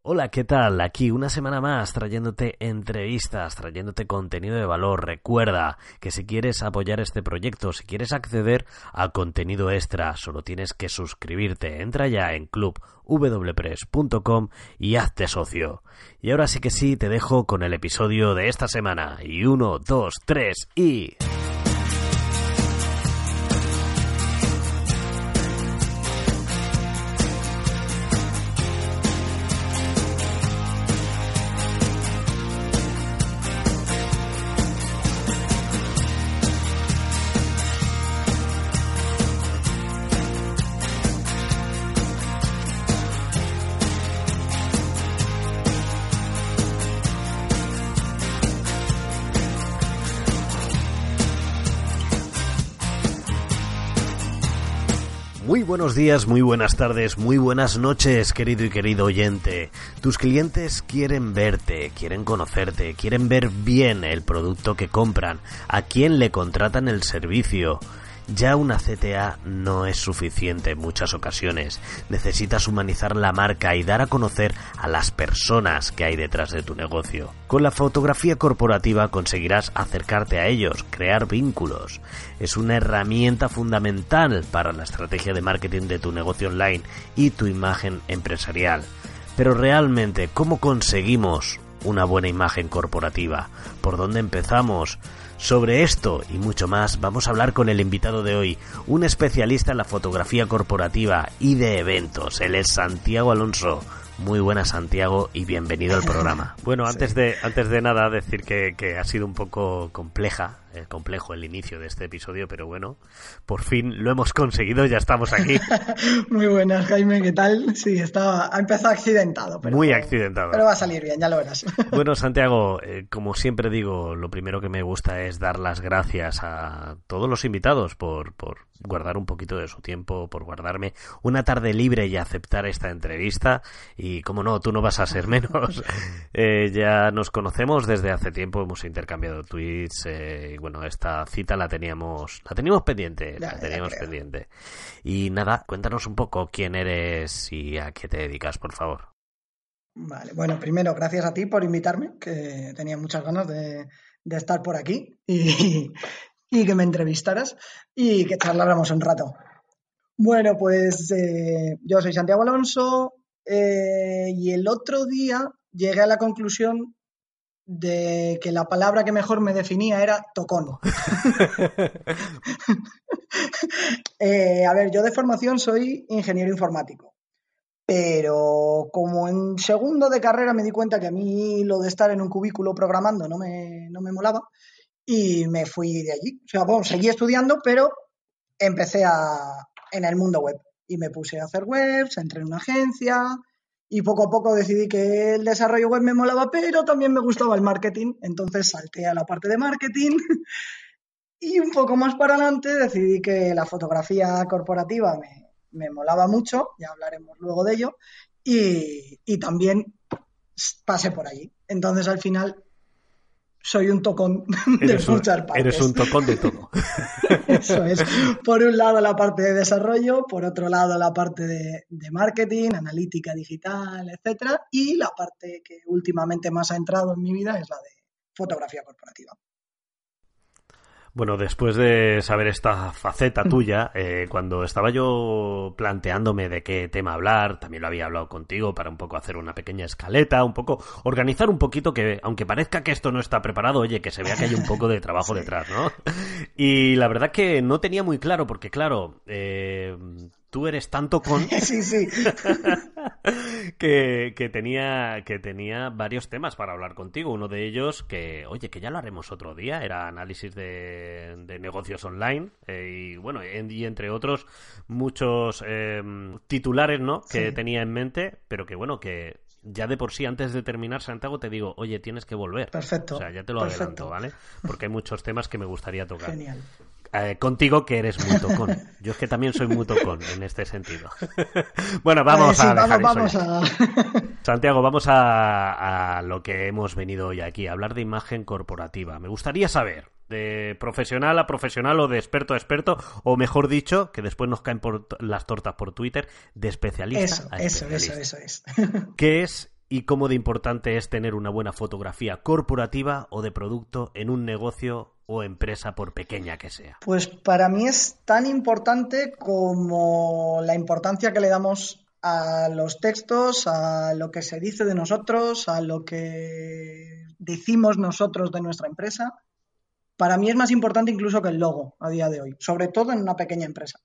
Hola, ¿qué tal? Aquí una semana más trayéndote entrevistas, trayéndote contenido de valor. Recuerda que si quieres apoyar este proyecto, si quieres acceder a contenido extra, solo tienes que suscribirte. Entra ya en clubwpress.com y hazte socio. Y ahora sí que sí, te dejo con el episodio de esta semana. Y 1, 2, 3 y... Muy buenos días, muy buenas tardes, muy buenas noches, querido y querido oyente. Tus clientes quieren verte, quieren conocerte, quieren ver bien el producto que compran, a quién le contratan el servicio. Ya una CTA no es suficiente en muchas ocasiones. Necesitas humanizar la marca y dar a conocer a las personas que hay detrás de tu negocio. Con la fotografía corporativa conseguirás acercarte a ellos, crear vínculos. Es una herramienta fundamental para la estrategia de marketing de tu negocio online y tu imagen empresarial. Pero realmente, ¿cómo conseguimos una buena imagen corporativa? ¿Por dónde empezamos? Sobre esto y mucho más vamos a hablar con el invitado de hoy, un especialista en la fotografía corporativa y de eventos. Él es Santiago Alonso. Muy buenas, Santiago, y bienvenido al programa. Bueno, antes de nada decir que ha sido un poco complejo el inicio de este episodio, pero bueno, por fin lo hemos conseguido, ya estamos aquí. Muy buenas, Jaime, ¿qué tal? Sí, ha empezado accidentado. Muy accidentado. Pero va a salir bien, ya lo verás. Bueno, Santiago, como siempre digo, lo primero que me gusta es dar las gracias a todos los invitados por guardar un poquito de su tiempo, por guardarme una tarde libre y aceptar esta entrevista. Y como no, tú no vas a ser menos. Ya nos conocemos desde hace tiempo, hemos intercambiado tweets. Y bueno, esta cita la teníamos pendiente. Pendiente. Y nada, cuéntanos un poco quién eres y a qué te dedicas, por favor. Vale, bueno, primero, gracias a ti por invitarme, que tenía muchas ganas de estar por aquí y que me entrevistaras y que charláramos un rato. Bueno, pues yo soy Santiago Alonso y el otro día llegué a la conclusión de que la palabra que mejor me definía era tocón. A ver, yo de formación soy ingeniero informático, pero como en segundo de carrera me di cuenta que a mí lo de estar en un cubículo programando no me molaba y me fui de allí. O sea, bueno, seguí estudiando, pero empecé en el mundo web y me puse a hacer webs, entré en una agencia y poco a poco decidí que el desarrollo web me molaba, pero también me gustaba el marketing. Entonces salté a la parte de marketing y un poco más para adelante decidí que la fotografía corporativa me molaba mucho, ya hablaremos luego de ello, y también pasé por allí. Entonces al final soy un tocón de muchas partes. Eres un tocón de todo. Eso es. Por un lado la parte de desarrollo, por otro lado la parte de marketing, analítica digital, etcétera, y la parte que últimamente más ha entrado en mi vida es la de fotografía corporativa. Bueno, después de saber esta faceta tuya, cuando estaba yo planteándome de qué tema hablar, también lo había hablado contigo para un poco hacer una pequeña escaleta, un poco organizar un poquito, que aunque parezca que esto no está preparado, oye, que se vea que hay un poco de trabajo detrás, ¿no? Y la verdad que no tenía muy claro, porque claro, tú eres tanto con... Sí. que tenía varios temas para hablar contigo. Uno de ellos, que ya lo haremos otro día, era análisis de negocios online y bueno, y entre otros muchos titulares, ¿no? Que tenía en mente, pero que bueno, que ya de por sí, antes de terminar, Santiago, te digo, oye, tienes que volver. Perfecto. O sea, ya te lo adelanto, ¿vale? Porque hay muchos temas que me gustaría tocar. Genial. Contigo, que eres muy tocón. Yo es que también soy muy tocón en este sentido. Bueno, vamos a dejar eso. Santiago, vamos a lo que hemos venido hoy aquí, a hablar de imagen corporativa. Me gustaría saber, de profesional a profesional o de experto a experto, o mejor dicho, que después nos caen por las tortas por Twitter, de especialista a especialista. Eso es. ¿Qué es y cómo de importante es tener una buena fotografía corporativa o de producto en un negocio o empresa, por pequeña que sea. Pues para mí es tan importante como la importancia que le damos a los textos, a lo que se dice de nosotros, a lo que decimos nosotros de nuestra empresa. Para mí es más importante incluso que el logo a día de hoy, sobre todo en una pequeña empresa.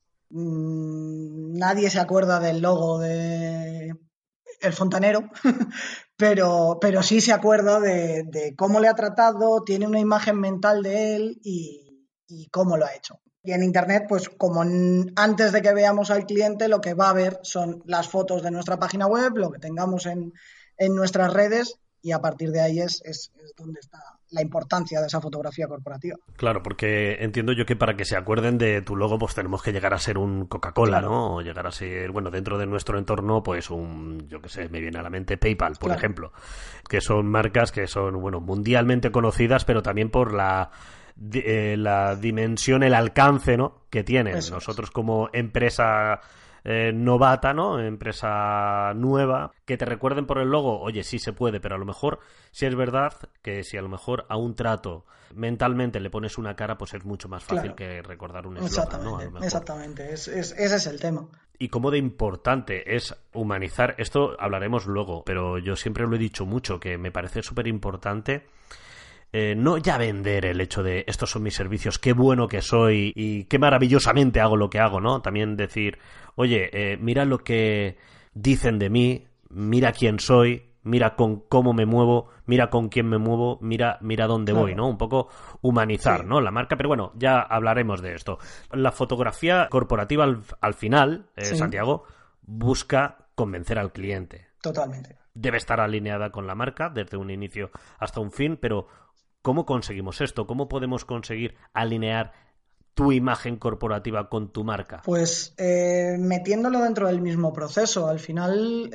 Nadie se acuerda del logo de El Fontanero, pero sí se acuerda de cómo le ha tratado, tiene una imagen mental de él y cómo lo ha hecho. Y en Internet, pues como antes de que veamos al cliente, lo que va a ver son las fotos de nuestra página web, lo que tengamos en nuestras redes, y a partir de ahí es donde está la importancia de esa fotografía corporativa. Claro, porque entiendo yo que para que se acuerden de tu logo, pues tenemos que llegar a ser un Coca-Cola, claro, ¿no? O llegar a ser, bueno, dentro de nuestro entorno, pues yo qué sé, me viene a la mente PayPal, por claro, ejemplo, que son marcas que son, bueno, mundialmente conocidas, pero también por la dimensión, el alcance, ¿no?, que tienen. Eso nosotros es. Como empresa novata, ¿no?, empresa nueva, que te recuerden por el logo, oye, sí se puede, pero a lo mejor sí es verdad que si a lo mejor a un trato mentalmente le pones una cara, pues es mucho más fácil, claro, que recordar un eslogan, ¿no? A lo mejor. Exactamente, ese es el tema. Y cómo de importante es humanizar, esto hablaremos luego, pero yo siempre lo he dicho mucho, que me parece súper importante. No ya vender el hecho de estos son mis servicios, qué bueno que soy y qué maravillosamente hago lo que hago, ¿no? También decir, oye, mira lo que dicen de mí, mira quién soy, mira con cómo me muevo, mira con quién me muevo, mira dónde voy, ¿no? Un poco humanizar, sí, ¿no?, la marca, pero bueno, ya hablaremos de esto. La fotografía corporativa al final, sí, Santiago, busca convencer al cliente. Totalmente. Debe estar alineada con la marca desde un inicio hasta un fin, pero ¿cómo conseguimos esto? ¿Cómo podemos conseguir alinear tu imagen corporativa con tu marca? Pues metiéndolo dentro del mismo proceso. Al final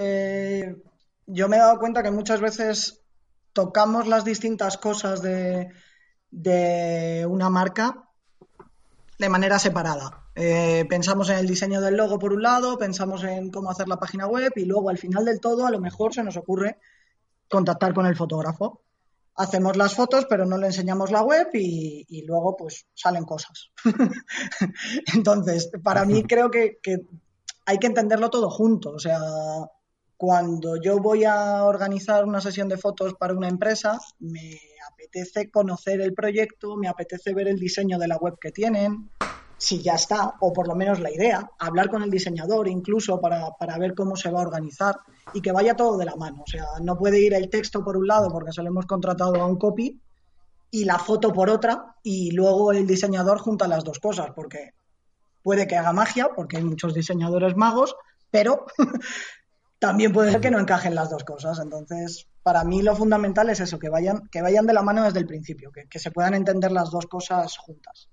yo me he dado cuenta que muchas veces tocamos las distintas cosas de una marca de manera separada. Pensamos en el diseño del logo por un lado, pensamos en cómo hacer la página web y luego al final del todo a lo mejor se nos ocurre contactar con el fotógrafo. Hacemos las fotos, pero no le enseñamos la web y luego pues salen cosas. Entonces, para mí creo que hay que entenderlo todo junto. O sea, cuando yo voy a organizar una sesión de fotos para una empresa, me apetece conocer el proyecto, me apetece ver el diseño de la web que tienen, si ya está, o por lo menos la idea, hablar con el diseñador incluso para ver cómo se va a organizar y que vaya todo de la mano. O sea, no puede ir el texto por un lado porque se lo hemos contratado a un copy y la foto por otra y luego el diseñador junta las dos cosas porque puede que haga magia porque hay muchos diseñadores magos, pero también puede ser que no encajen las dos cosas. Entonces, para mí lo fundamental es eso, que vayan de la mano desde el principio, que se puedan entender las dos cosas juntas.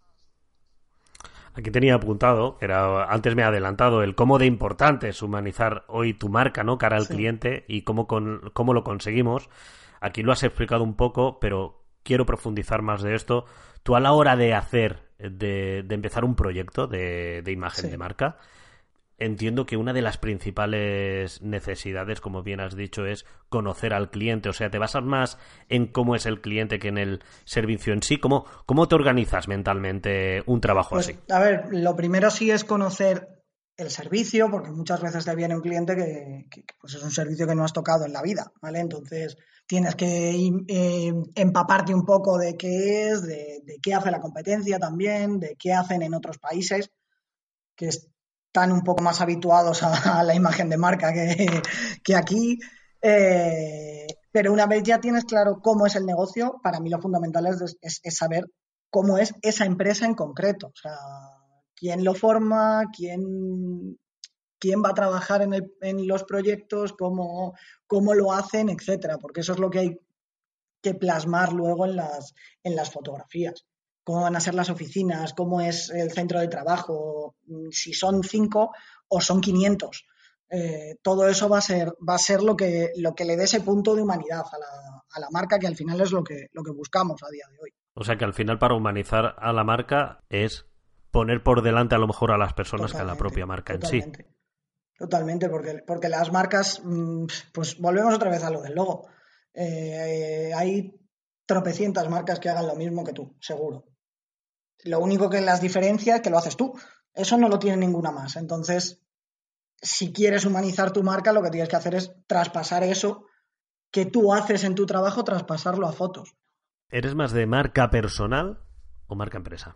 Aquí tenía apuntado, antes me he adelantado, el cómo de importante es humanizar hoy tu marca, ¿no?, cara al sí, cliente y cómo lo conseguimos. Aquí lo has explicado un poco, pero quiero profundizar más de esto. Tú a la hora de empezar un proyecto de imagen, sí, de marca, entiendo que una de las principales necesidades, como bien has dicho, es conocer al cliente. O sea, te basas más en cómo es el cliente que en el servicio en sí. ¿Cómo te organizas mentalmente un trabajo así? A ver, lo primero sí es conocer el servicio, porque muchas veces te viene un cliente que pues es un servicio que no has tocado en la vida, ¿vale? Entonces tienes que empaparte un poco de qué es, de qué hace la competencia también, de qué hacen en otros países, que están un poco más habituados a la imagen de marca que aquí. Pero una vez ya tienes claro cómo es el negocio, para mí lo fundamental es saber cómo es esa empresa en concreto. O sea, quién lo forma, quién va a trabajar en los proyectos, cómo lo hacen, etcétera. Porque eso es lo que hay que plasmar luego en las fotografías. Cómo van a ser las oficinas, cómo es el centro de trabajo, si son 5 o son 500. Todo eso va a ser lo que le dé ese punto de humanidad a la marca, que al final es lo que buscamos a día de hoy. O sea que al final para humanizar a la marca es poner por delante a lo mejor a las personas que a la propia marca en sí. Totalmente, porque las marcas, pues volvemos otra vez a lo del logo. Hay tropecientas marcas que hagan lo mismo que tú, seguro. Lo único que las diferencia es que lo haces tú. Eso no lo tiene ninguna más. Entonces, si quieres humanizar tu marca, lo que tienes que hacer es traspasar eso que tú haces en tu trabajo, traspasarlo a fotos. ¿Eres más de marca personal o marca empresa?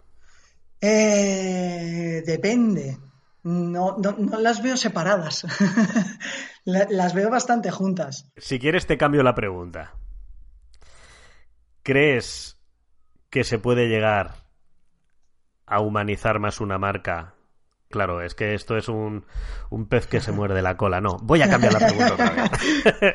Depende. No las veo separadas. Las veo bastante juntas. Si quieres te cambio la pregunta. ¿Crees que se puede llegar a humanizar más una marca? Claro, es que esto es un pez que se muerde la cola. No, voy a cambiar la pregunta otra vez.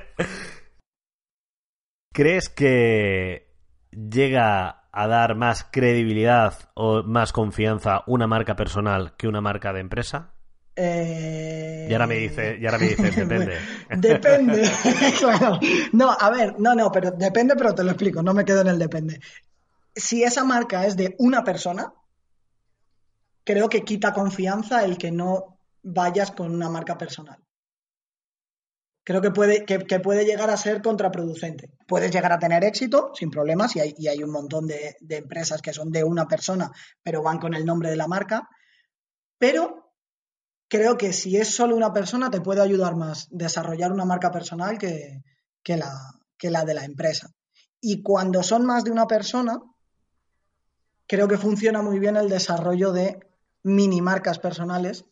¿Crees que llega a dar más credibilidad o más confianza una marca personal que una marca de empresa? Y ahora me dices, depende. Depende, claro. No, a ver, no, pero depende, pero te lo explico, no me quedo en el depende. Si esa marca es de una persona, creo que quita confianza el que no vayas con una marca personal. Creo que puede llegar a ser contraproducente. Puedes llegar a tener éxito sin problemas y hay un montón de empresas que son de una persona, pero van con el nombre de la marca. Pero creo que si es solo una persona te puede ayudar más desarrollar una marca personal que la de la empresa. Y cuando son más de una persona, creo que funciona muy bien el desarrollo de mini marcas personales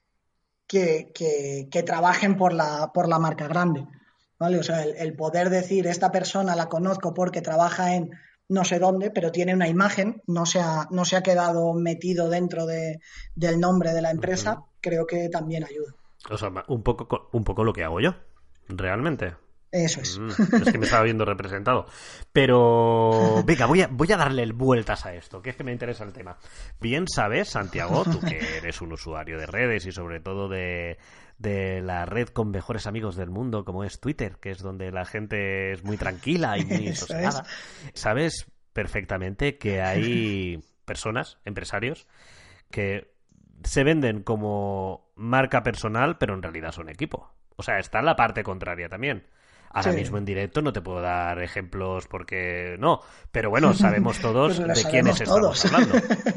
que trabajen por la marca grande, ¿vale? O sea, el poder decir, esta persona la conozco porque trabaja en no sé dónde, pero tiene una imagen, no se ha quedado metido dentro del nombre de la empresa, creo que también ayuda. O sea, un poco lo que hago yo, realmente. Eso es. Es que me estaba viendo representado. Pero, venga, voy a darle vueltas a esto, que es que me interesa el tema. Bien sabes, Santiago, tú que eres un usuario de redes y sobre todo de la red con mejores amigos del mundo, como es Twitter, que es donde la gente es muy tranquila y muy sosegada. Sabes perfectamente que hay personas, empresarios, que se venden como marca personal, pero en realidad son equipo. O sea, está en la parte contraria también. Ahora mismo en directo no te puedo dar ejemplos porque no, pero bueno, sabemos todos de quiénes estamos hablando.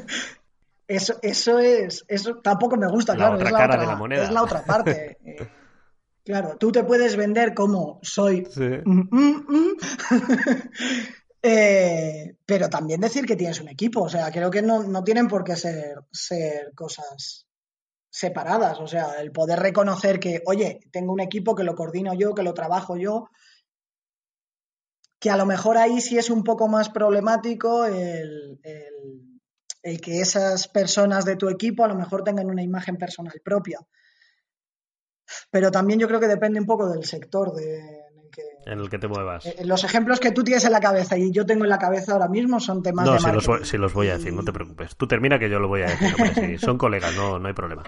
Eso tampoco me gusta, claro. Otra cara de la moneda. Es la otra parte. Claro, tú te puedes vender como soy, sí. Pero también decir que tienes un equipo. O sea, creo que no tienen por qué ser cosas separadas, o sea, el poder reconocer que, oye, tengo un equipo que lo coordino yo, que lo trabajo yo, que a lo mejor ahí sí es un poco más problemático el que esas personas de tu equipo a lo mejor tengan una imagen personal propia. Pero también yo creo que depende un poco del sector en el que te muevas. Los ejemplos que tú tienes en la cabeza y yo tengo en la cabeza ahora mismo son temas de marketing. No, si los voy a decir, no te preocupes. Tú termina que yo lo voy a decir. Hombre, sí, son colegas, no hay problema.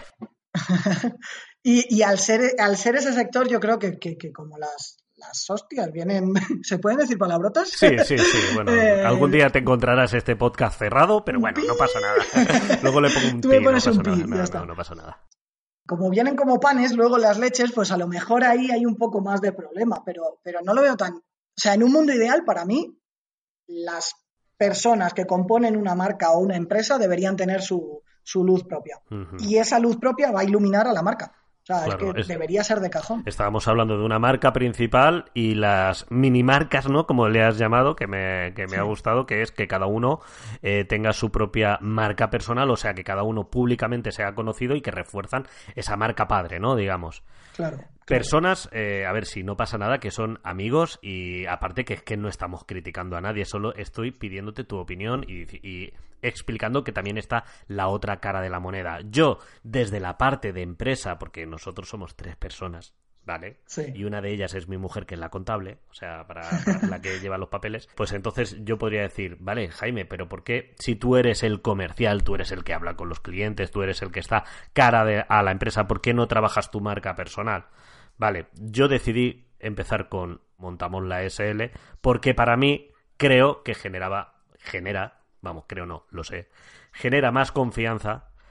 y al ser ese sector, yo creo que como las hostias vienen... ¿Se pueden decir palabrotas? Sí. Bueno, algún día te encontrarás este podcast cerrado, pero bueno, no pasa nada. Luego le pongo un Tú me pones un pi, ya está. No pasa nada. Como vienen como panes, luego las leches, pues a lo mejor ahí hay un poco más de problema, pero no lo veo tan... O sea, en un mundo ideal, para mí, las personas que componen una marca o una empresa deberían tener su luz propia. Uh-huh. Y esa luz propia va a iluminar a la marca. O sea, claro, es que debería ser de cajón. Estábamos hablando de una marca principal y las mini marcas, ¿no? Como le has llamado, que me ha gustado, que es que cada uno tenga su propia marca personal, o sea, que cada uno públicamente sea conocido y que refuerzan esa marca padre, ¿no? Digamos. Claro. Personas, a ver si no pasa nada, que son amigos y aparte que es que no estamos criticando a nadie, solo estoy pidiéndote tu opinión y explicando que también está la otra cara de la moneda. Yo, desde la parte de empresa, porque nosotros somos 3 personas, ¿vale? Sí. Y una de ellas es mi mujer, que es la contable, o sea, para la que lleva los papeles, pues entonces yo podría decir, vale, Jaime, pero ¿por qué si tú eres el comercial, tú eres el que habla con los clientes, tú eres el que está cara a la empresa, ¿por qué no trabajas tu marca personal? Vale, yo decidí empezar con Montamos la SL porque para mí creo que genera más confianza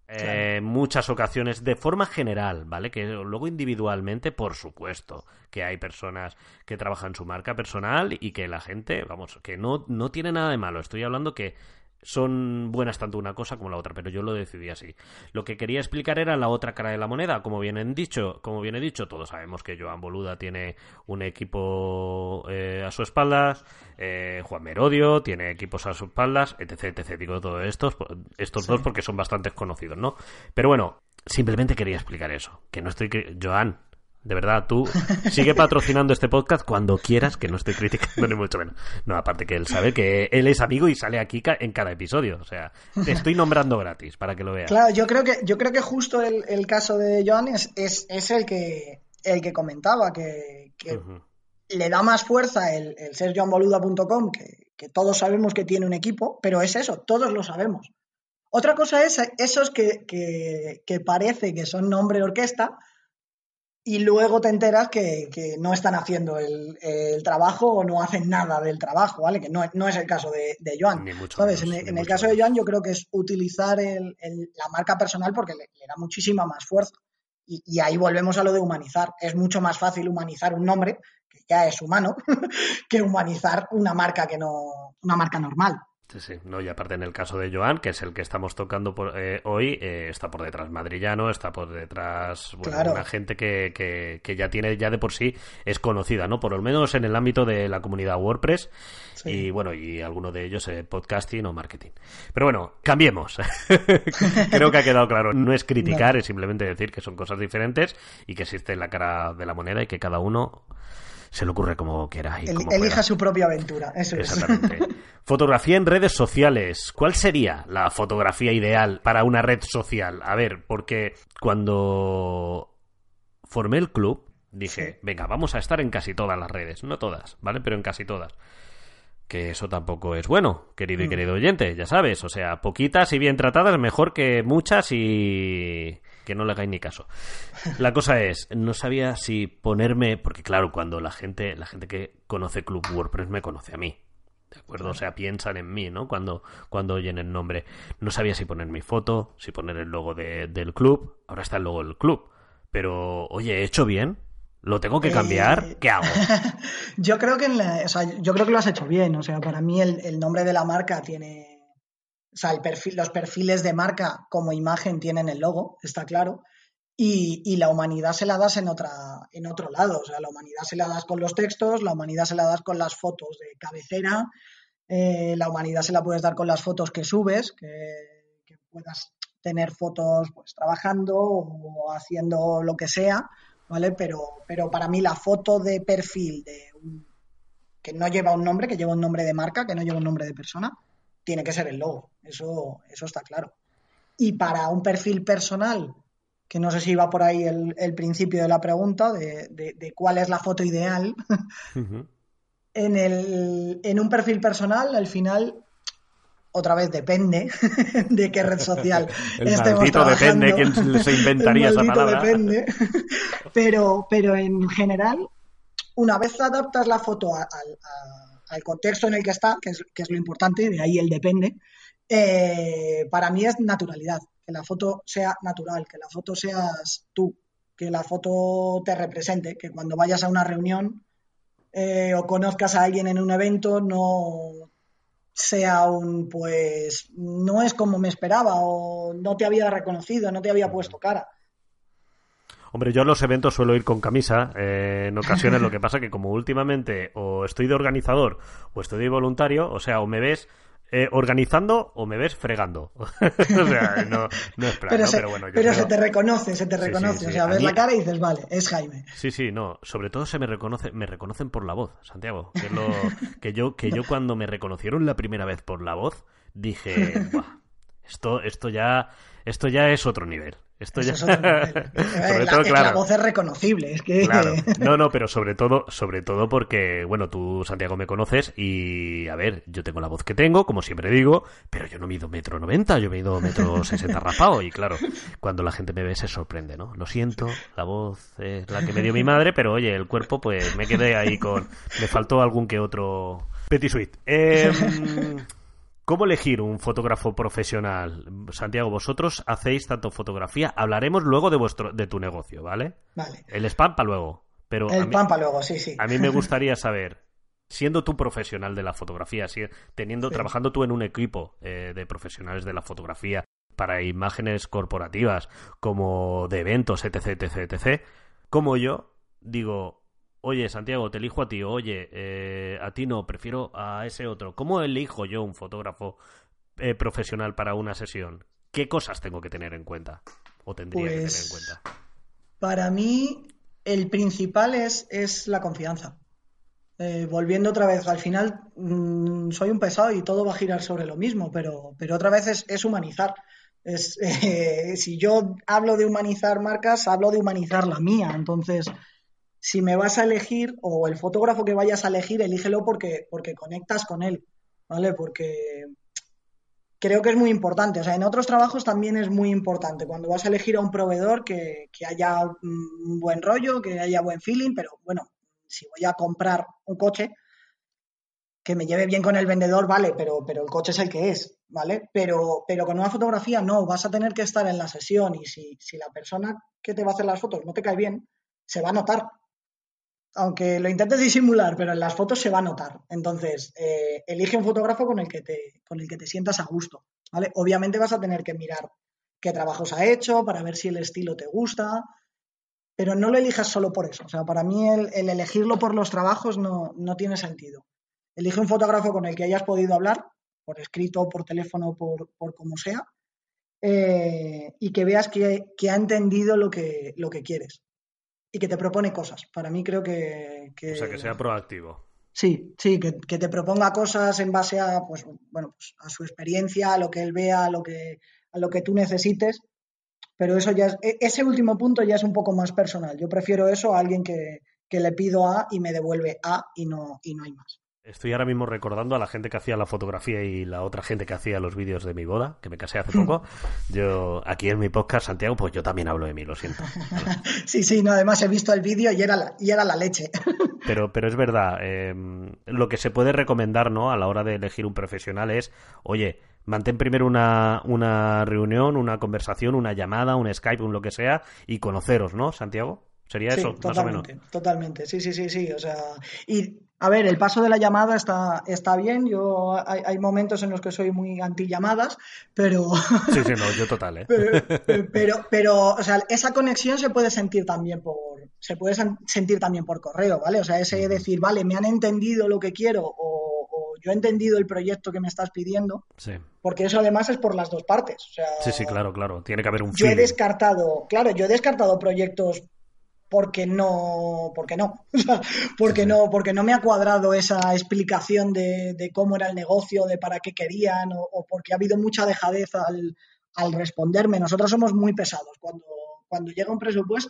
En muchas ocasiones, de forma general, ¿vale? Que luego individualmente, por supuesto, que hay personas que trabajan su marca personal y que la gente, vamos, que no tiene nada de malo. Estoy hablando que son buenas tanto una cosa como la otra, pero yo lo decidí así. Lo que quería explicar era la otra cara de la moneda. Como bien he dicho, todos sabemos que Joan Boluda tiene un equipo a su espaldas, Juan Merodio tiene equipos a sus espaldas, etc. Digo todo estos dos porque son bastante conocidos, ¿no? Pero bueno, simplemente quería explicar eso. Que no estoy... Joan, de verdad, tú sigue patrocinando este podcast cuando quieras, que no estoy criticando ni mucho menos. No, aparte que él sabe que él es amigo y sale aquí en cada episodio. O sea, te estoy nombrando gratis para que lo veas. Claro, yo creo que justo el caso de Joan es el que comentaba, que uh-huh. Le da más fuerza el ser joanboluda.com, que todos sabemos que tiene un equipo, pero es eso, todos lo sabemos. Otra cosa es esos que parece que son nombre de orquesta, y luego te enteras que no están haciendo el trabajo o no hacen nada del trabajo, ¿vale? Que no es el caso de Joan, ¿sabes? En el caso de Joan yo creo que es utilizar la marca personal porque le da muchísima más fuerza. Y ahí volvemos a lo de humanizar. Es mucho más fácil humanizar un nombre, que ya es humano, que humanizar una marca una marca normal. Sí, no, y aparte en el caso de Joan, que es el que estamos tocando hoy, está por detrás Madrillano, está por detrás claro. Una gente que ya tiene, ya de por sí es conocida, ¿no? Por lo menos en el ámbito de la comunidad WordPress, sí. Y alguno de ellos podcasting o marketing. Pero bueno, cambiemos. Creo que ha quedado claro. No es criticar, no. Es simplemente decir que son cosas diferentes y que existe la cara de la moneda y que cada uno se le ocurre como quiera. Y como elija pueda. Su propia aventura, eso exactamente. Es. Fotografía en redes sociales. ¿Cuál sería la fotografía ideal para una red social? A ver, porque cuando formé el club, dije, sí. Venga, vamos a estar en casi todas las redes. No todas, ¿vale? Pero en casi todas. Que eso tampoco es bueno, querido y querido oyente, ya sabes. O sea, poquitas y bien tratadas, mejor que muchas y... que no le hagáis ni caso. La cosa es, no sabía si ponerme, porque claro, cuando la gente que conoce Club WordPress me conoce a mí, ¿de acuerdo? Claro. O sea, piensan en mí, ¿no? Cuando oyen el nombre. No sabía si poner mi foto, si poner el logo del club. Ahora está el logo del club. Pero, oye, ¿he hecho bien? ¿Lo tengo que cambiar? ¿Qué hago? Yo creo que lo has hecho bien. O sea, para mí el nombre de la marca tiene... O sea, los perfiles de marca como imagen tienen el logo, está claro, y la humanidad se la das en otro lado. O sea, la humanidad se la das con los textos, la humanidad se la das con las fotos de cabecera, la humanidad se la puedes dar con las fotos que subes, que puedas tener fotos pues trabajando o haciendo lo que sea, ¿vale? Pero para mí la foto de perfil que no lleva un nombre, que lleva un nombre de marca, que no lleva un nombre de persona, tiene que ser el logo, eso está claro. Y para un perfil personal, que no sé si va por ahí el principio de la pregunta, de cuál es la foto ideal, uh-huh. En un perfil personal, al final, otra vez depende de qué red social estemos trabajando. Depende quién se inventaría esa palabra. Depende, pero en general, una vez adaptas la foto al contexto en el que está, que es lo importante, de ahí el depende, para mí es naturalidad, que la foto sea natural, que la foto seas tú, que la foto te represente, que cuando vayas a una reunión o conozcas a alguien en un evento no sea pues no es como me esperaba o no te había reconocido, no te había puesto cara. Hombre, yo a los eventos suelo ir con camisa en ocasiones, lo que pasa que como últimamente o estoy de organizador o estoy de voluntario, o sea, o me ves organizando o me ves fregando. O sea, no es plan, pero bueno. Pero se te reconoce, sí, o sea, ves la cara y dices, vale, es Jaime. Sí, no, sobre todo me reconocen por la voz, Santiago, que es lo que yo cuando me reconocieron la primera vez por la voz, dije, buah, esto ya es otro nivel. Esto ya... La voz es reconocible, es que... Claro. No, pero sobre todo porque, bueno, tú, Santiago, me conoces y, a ver, yo tengo la voz que tengo, como siempre digo, pero yo no mido 1,90 m, yo mido 1,60 m rapado y, claro, cuando la gente me ve se sorprende, ¿no? Lo siento, la voz es la que me dio mi madre, pero, oye, el cuerpo, pues, me quedé ahí me faltó algún que otro petit suite. ¿Cómo elegir un fotógrafo profesional? Santiago, vosotros hacéis tanto fotografía. Hablaremos luego de tu negocio, ¿vale? Vale. El spam para luego. Pero El pan para luego, sí, sí. a mí me gustaría saber, siendo tú profesional de la fotografía, Sí. trabajando tú en un equipo de profesionales de la fotografía para imágenes corporativas, como de eventos, etc, etc, etc, como yo digo, oye, Santiago, te elijo a ti, oye, a ti no, prefiero a ese otro. ¿Cómo elijo yo un fotógrafo profesional para una sesión? ¿Qué cosas tengo que tener en cuenta? ¿O tendría que tener en Pues cuenta? para mí el principal es la confianza. Volviendo otra vez, al final soy un pesado y todo va a girar sobre lo mismo, pero otra vez es humanizar. Si yo hablo de humanizar marcas, hablo de humanizar la mía. Entonces, si me vas a elegir, o el fotógrafo que vayas a elegir, elígelo porque conectas con él, ¿vale? Porque creo que es muy importante. O sea, en otros trabajos también es muy importante. Cuando vas a elegir a un proveedor, que haya un buen rollo, que haya buen feeling, pero bueno, si voy a comprar un coche, que me lleve bien con el vendedor, vale, pero el coche es el que es, ¿vale? Pero con una fotografía no, vas a tener que estar en la sesión y si la persona que te va a hacer las fotos no te cae bien, se va a notar. Aunque lo intentes disimular, pero en las fotos se va a notar. Entonces, elige un fotógrafo con el que te sientas a gusto, ¿vale? Obviamente vas a tener que mirar qué trabajos ha hecho para ver si el estilo te gusta, pero no lo elijas solo por eso. O sea, para mí el elegirlo por los trabajos no tiene sentido. Elige un fotógrafo con el que hayas podido hablar, por escrito, por teléfono, por como sea, y que veas que ha entendido lo que quieres y que te propone cosas. Para mí creo O sea, que sea proactivo. sí, sí, que te proponga cosas en base a, pues, bueno, pues a su experiencia, a lo que él vea, a lo que tú necesites. Pero eso ya ese último punto ya es un poco más personal. Yo prefiero eso a alguien que le pido A y me devuelve A y no hay más. Estoy ahora mismo recordando a la gente que hacía la fotografía y la otra gente que hacía los vídeos de mi boda, que me casé hace poco. Yo, aquí en mi podcast, Santiago, pues yo también hablo de mí, lo siento. Sí, sí, no, además he visto el vídeo y era la leche. Pero es verdad, lo que se puede recomendar, ¿no?, a la hora de elegir un profesional es, oye, mantén primero una reunión, una conversación, una llamada, un Skype, un lo que sea, y conoceros, ¿no, Santiago? Sería Sí, eso, más o menos. totalmente, totalmente. Sí, sí, sí, sí. O sea, y a ver, el paso de la llamada está bien. Hay momentos en los que soy muy anti llamadas, pero, Sí, sí, no, yo total, ¿eh? o sea, esa conexión se puede sentir también sentir también por correo, ¿vale? O sea, ese Ujú. decir, vale, me han entendido lo que quiero o yo he entendido el proyecto que me estás pidiendo, Sí, porque eso además es por las dos partes. O sea, sí, sí, claro, claro. Tiene que haber un yo he feeling. descartado, claro, yo he descartado proyectos porque no, o sea, Sí, sí. porque no me ha cuadrado esa explicación de cómo era el negocio, de para qué querían, o porque ha habido mucha dejadez al responderme. Nosotros somos muy pesados. Cuando llega un presupuesto,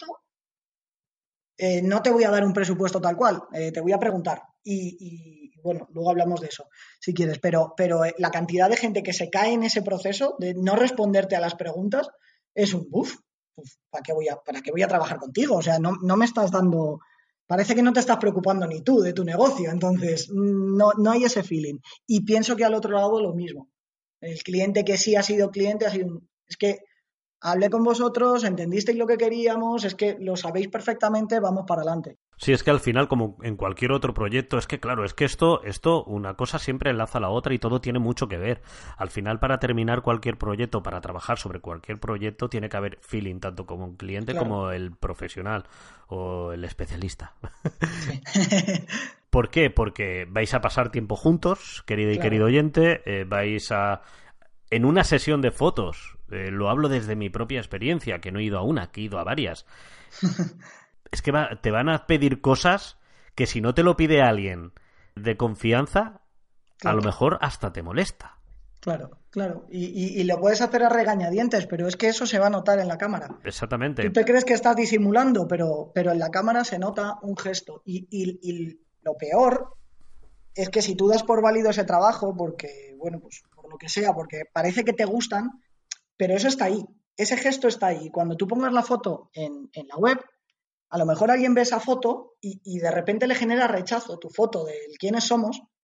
no te voy a dar un presupuesto tal cual, te voy a preguntar. Bueno, luego hablamos de eso, si quieres, pero la cantidad de gente que se cae en ese proceso de no responderte a las preguntas es un buff. Para qué voy a trabajar contigo? O sea, no me estás dando, parece que no te estás preocupando ni tú de tu negocio, entonces no hay ese feeling. Y pienso que al otro lado lo mismo. El cliente que sí ha sido cliente es que hablé con vosotros, entendisteis lo que queríamos, es que lo sabéis perfectamente, vamos para adelante. Sí, es que al final, como en cualquier otro proyecto, es que claro, es que una cosa siempre enlaza a la otra y todo tiene mucho que ver. Al final, para terminar cualquier proyecto, para trabajar sobre cualquier proyecto, tiene que haber feeling, tanto como un cliente Claro. como el profesional o el especialista. Sí. ¿Por qué? Porque vais a pasar tiempo juntos, querido y querido Claro. oyente, vais a... En una sesión de fotos, lo hablo desde mi propia experiencia, que no he ido a una, que he ido a varias. Es que te van a pedir cosas que si no te lo pide alguien de confianza, a lo Claro. mejor hasta te molesta. Claro, claro. Y lo puedes hacer a regañadientes, pero es que eso se va a notar en la cámara. Tú Exactamente. te crees que estás disimulando, pero en la cámara se nota un gesto. Y lo peor es que si tú das por válido ese trabajo, porque, bueno, pues por lo que sea, porque parece que te gustan, pero eso está ahí. Ese gesto está ahí. Cuando tú pongas la foto en la web, a lo mejor alguien ve esa foto y de repente le genera rechazo tu foto del quiénes somos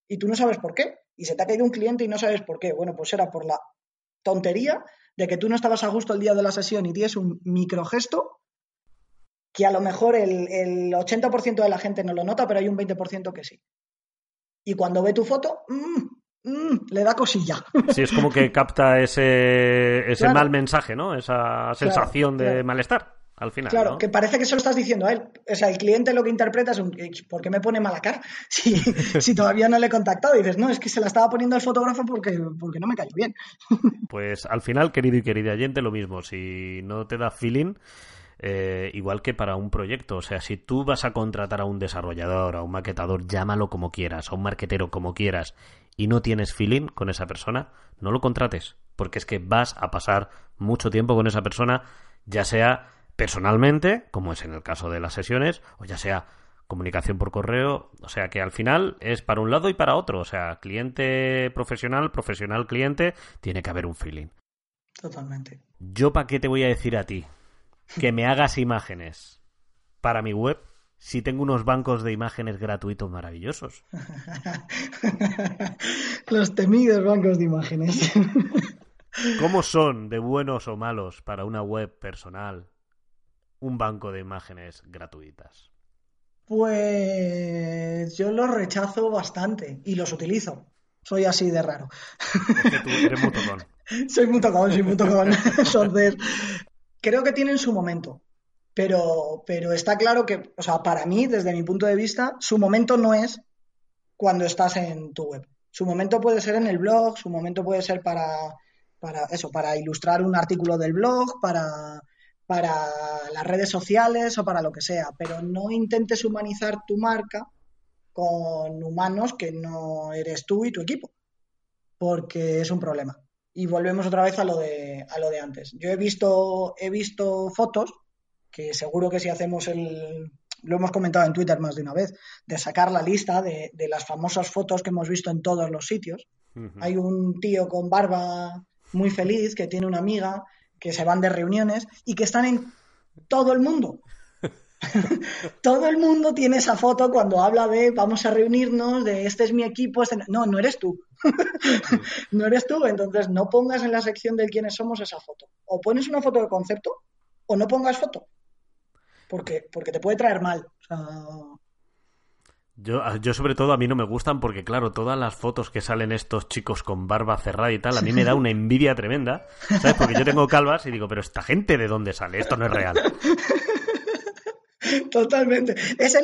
y tú no sabes por qué. Y se te ha caído un cliente y no sabes por qué. Bueno, pues era por la tontería de que tú no estabas a gusto el día de la sesión y tienes un microgesto que a lo mejor el 80% de la gente no lo nota, pero hay un 20% que sí. Y cuando ve tu foto, le da cosilla. Sí, es como que capta ese Claro, mal mensaje, ¿no? Esa sensación de malestar al final, claro, ¿no? que parece que se lo estás diciendo a él. O sea, el cliente lo que interpreta es ¿por qué me pone mala cara? Si todavía no le he contactado. Y dices, no, es que se la estaba poniendo el fotógrafo porque no me cayó bien. Pues al final, querido y querida oyente, lo mismo. Si no te da feeling, igual que para un proyecto. O sea, si tú vas a contratar a un desarrollador, a un maquetador, llámalo como quieras, a un marquetero como quieras, y no tienes feeling con esa persona, no lo contrates. Porque es que vas a pasar mucho tiempo con esa persona, ya sea personalmente, como es en el caso de las sesiones, o ya sea comunicación por correo, o sea que al final es para un lado y para otro, o sea, cliente profesional, profesional cliente, tiene que haber un feeling. Totalmente. ¿Yo para qué te voy a decir a ti que me hagas imágenes para mi web si tengo unos bancos de imágenes gratuitos maravillosos? Los temidos bancos de imágenes. ¿Cómo son de buenos o malos para una web personal un banco de imágenes gratuitas? Pues yo los rechazo bastante y los utilizo. Soy así de raro. Es que tú eres muy tocón. Soy muy tocón, soy muy tocón. Entonces, creo que tienen su momento. Pero está claro que, o sea, para mí, desde mi punto de vista, su momento no es cuando estás en tu web. Su momento puede ser en el blog, su momento puede ser para eso, para ilustrar un artículo del blog, para las redes sociales o para lo que sea, pero no intentes humanizar tu marca con humanos que no eres tú y tu equipo, porque es un problema. Y volvemos otra vez a lo de antes. Yo he visto fotos que seguro que si hacemos lo hemos comentado en Twitter más de una vez, de sacar la lista de las famosas fotos que hemos visto en todos los sitios. Hay un tío con barba muy feliz que tiene una amiga que se van de reuniones y que están en todo el mundo. Todo el mundo tiene esa foto cuando habla de vamos a reunirnos, de este es mi equipo. No, no eres tú. No eres tú, entonces no pongas en la sección de quiénes somos esa foto. O pones una foto de concepto o no pongas foto. Porque te puede traer mal. O sea, Yo sobre todo a mí no me gustan porque claro, todas las fotos que salen estos chicos con barba cerrada y tal, a mí me da una envidia tremenda, ¿sabes? Porque yo tengo calvas y digo, pero esta gente ¿de dónde sale? Esto no es real. totalmente. Es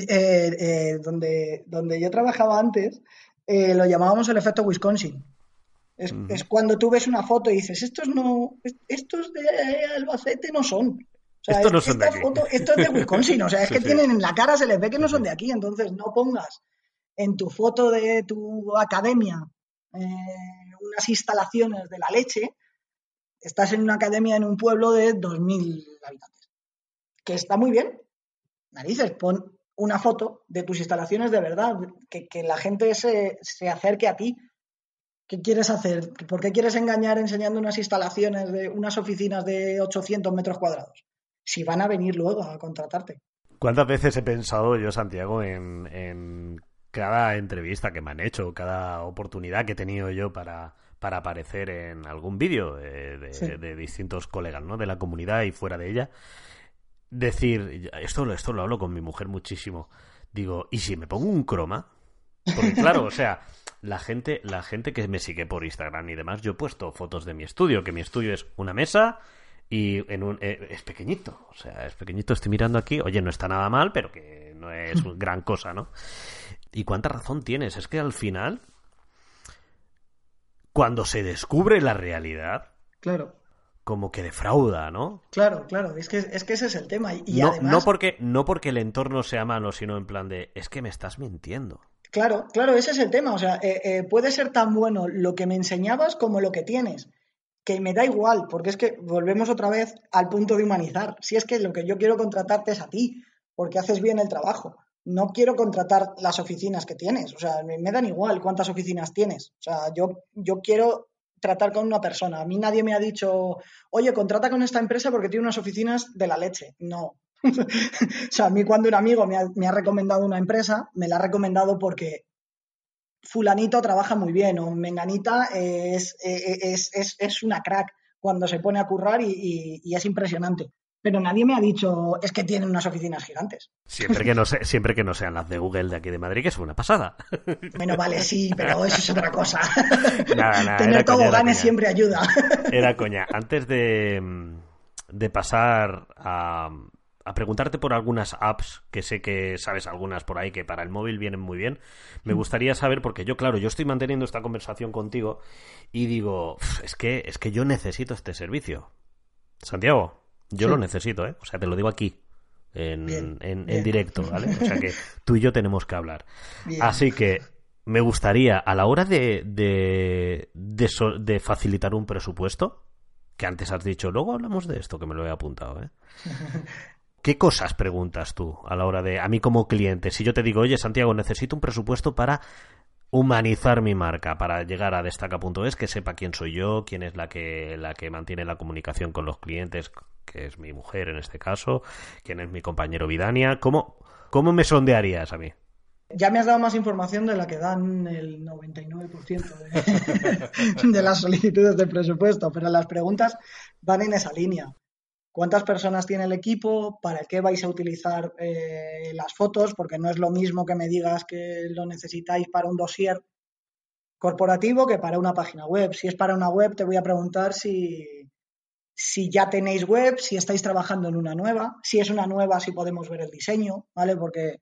donde yo trabajaba antes, lo llamábamos el efecto Wisconsin. Es cuando tú ves una foto y dices, estos de Albacete no son. O sea, Estos no son de aquí. esto es de Wisconsin. O sea, es Sí, que sí. tienen en la cara, se les ve que no Sí, son sí. de aquí. Entonces, no pongas en tu foto de tu academia unas instalaciones de la leche. Estás en una academia en un pueblo de 2.000 habitantes. Que está muy bien. Narices, pon una foto de tus instalaciones de verdad. Que la gente se acerque a ti. ¿Qué quieres hacer? ¿Por qué quieres engañar enseñando unas instalaciones de unas oficinas de 800 metros cuadrados? Si van a venir luego a contratarte. ¿Cuántas veces he pensado yo, Santiago, en cada entrevista que me han hecho, cada oportunidad que he tenido yo para aparecer en algún vídeo Sí. de distintos colegas, ¿no? De la comunidad y fuera de ella? Decir, esto lo hablo con mi mujer muchísimo. Digo, ¿y si me pongo un croma? Porque claro, o sea, la gente que me sigue por Instagram y demás, yo he puesto fotos de mi estudio, que mi estudio es una mesa y es pequeñito, o sea, es pequeñito, estoy mirando aquí, oye, no está nada mal, pero que no es gran cosa, ¿no? Y cuánta razón tienes, es que al final, cuando se descubre la realidad, Claro, como que defrauda, ¿no? claro, claro. Es que ese es el tema. Y No, además, no porque el entorno sea malo, sino en plan de, es que me estás mintiendo. claro, claro, ese es el tema. O sea, puede ser tan bueno lo que me enseñabas como lo que tienes. Que me da igual, porque es que volvemos otra vez al punto de humanizar. Si es que lo que yo quiero contratarte es a ti, porque haces bien el trabajo. No quiero contratar las oficinas que tienes. O sea, me dan igual cuántas oficinas tienes. O sea, yo quiero tratar con una persona. A mí nadie me ha dicho, oye, contrata con esta empresa porque tiene unas oficinas de la leche. No. O sea, a mí cuando un amigo me ha recomendado una empresa, me la ha recomendado porque fulanito trabaja muy bien o menganita es una crack cuando se pone a currar y es impresionante. Pero nadie me ha dicho, es que tienen unas oficinas gigantes. Siempre que no sean las de Google de aquí de Madrid, que es una pasada. Bueno, vale, sí, pero eso es otra cosa. Nada, Tener toboganes siempre ayuda. Era coña. Antes de pasar a preguntarte por algunas apps, que sé que sabes algunas por ahí que para el móvil vienen muy bien, me gustaría saber, porque yo estoy manteniendo esta conversación contigo y digo, es que yo necesito este servicio. Santiago, yo lo necesito, ¿eh? O sea, te lo digo aquí, en directo, ¿vale? O sea que tú y yo tenemos que hablar. Bien. Así que me gustaría, a la hora de facilitar un presupuesto, que antes has dicho, luego hablamos de esto, que me lo he apuntado, ¿eh? ¿Qué cosas preguntas tú a la hora de, a mí como cliente? Si yo te digo, oye, Santiago, necesito un presupuesto para humanizar mi marca, para llegar a destaca.es, que sepa quién soy yo, quién es la que mantiene la comunicación con los clientes, que es mi mujer en este caso, quién es mi compañero Vidania. ¿Cómo me sondearías a mí? Ya me has dado más información de la que dan el 99% de las solicitudes de presupuesto, pero las preguntas van en esa línea. ¿Cuántas personas tiene el equipo? ¿Para qué vais a utilizar las fotos? Porque no es lo mismo que me digas que lo necesitáis para un dossier corporativo que para una página web. Si es para una web, te voy a preguntar si ya tenéis web, si estáis trabajando en una nueva. Si es una nueva, si podemos ver el diseño, ¿vale? Porque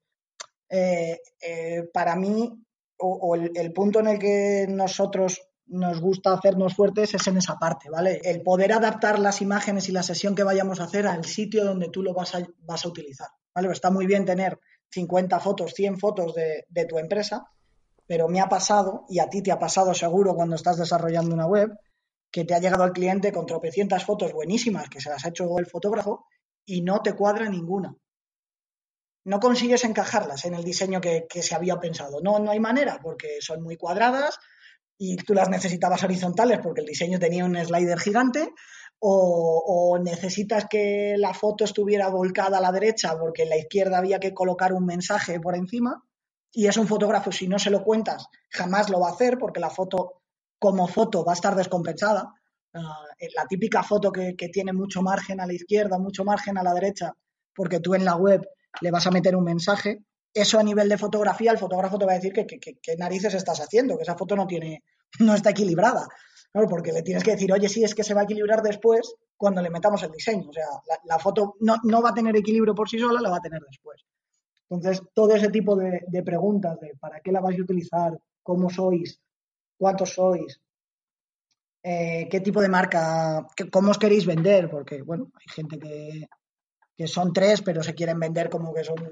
para mí, el punto en el que nosotros nos gusta hacernos fuertes es en esa parte, ¿vale? El poder adaptar las imágenes y la sesión que vayamos a hacer al sitio donde tú lo vas a utilizar, ¿vale? Está muy bien tener 50 fotos, 100 fotos de tu empresa, pero me ha pasado, y a ti te ha pasado seguro cuando estás desarrollando una web, que te ha llegado al cliente con tropecientas fotos buenísimas que se las ha hecho el fotógrafo y no te cuadra ninguna. No consigues encajarlas en el diseño que se había pensado. No hay manera, porque son muy cuadradas y tú las necesitabas horizontales porque el diseño tenía un slider gigante, o necesitas que la foto estuviera volcada a la derecha porque en la izquierda había que colocar un mensaje por encima, y es un fotógrafo, si no se lo cuentas, jamás lo va a hacer porque la foto, como foto, va a estar descompensada. La típica foto que tiene mucho margen a la izquierda, mucho margen a la derecha, porque tú en la web le vas a meter un mensaje, eso a nivel de fotografía, el fotógrafo te va a decir que narices estás haciendo, que esa foto no está equilibrada. Claro, porque le tienes que decir, oye, sí, es que se va a equilibrar después cuando le metamos el diseño. O sea, la foto no va a tener equilibrio por sí sola, la va a tener después. Entonces, todo ese tipo de preguntas de para qué la vais a utilizar, cómo sois, cuántos sois, qué tipo de marca, cómo os queréis vender, porque, bueno, hay gente que son 3, pero se quieren vender como que son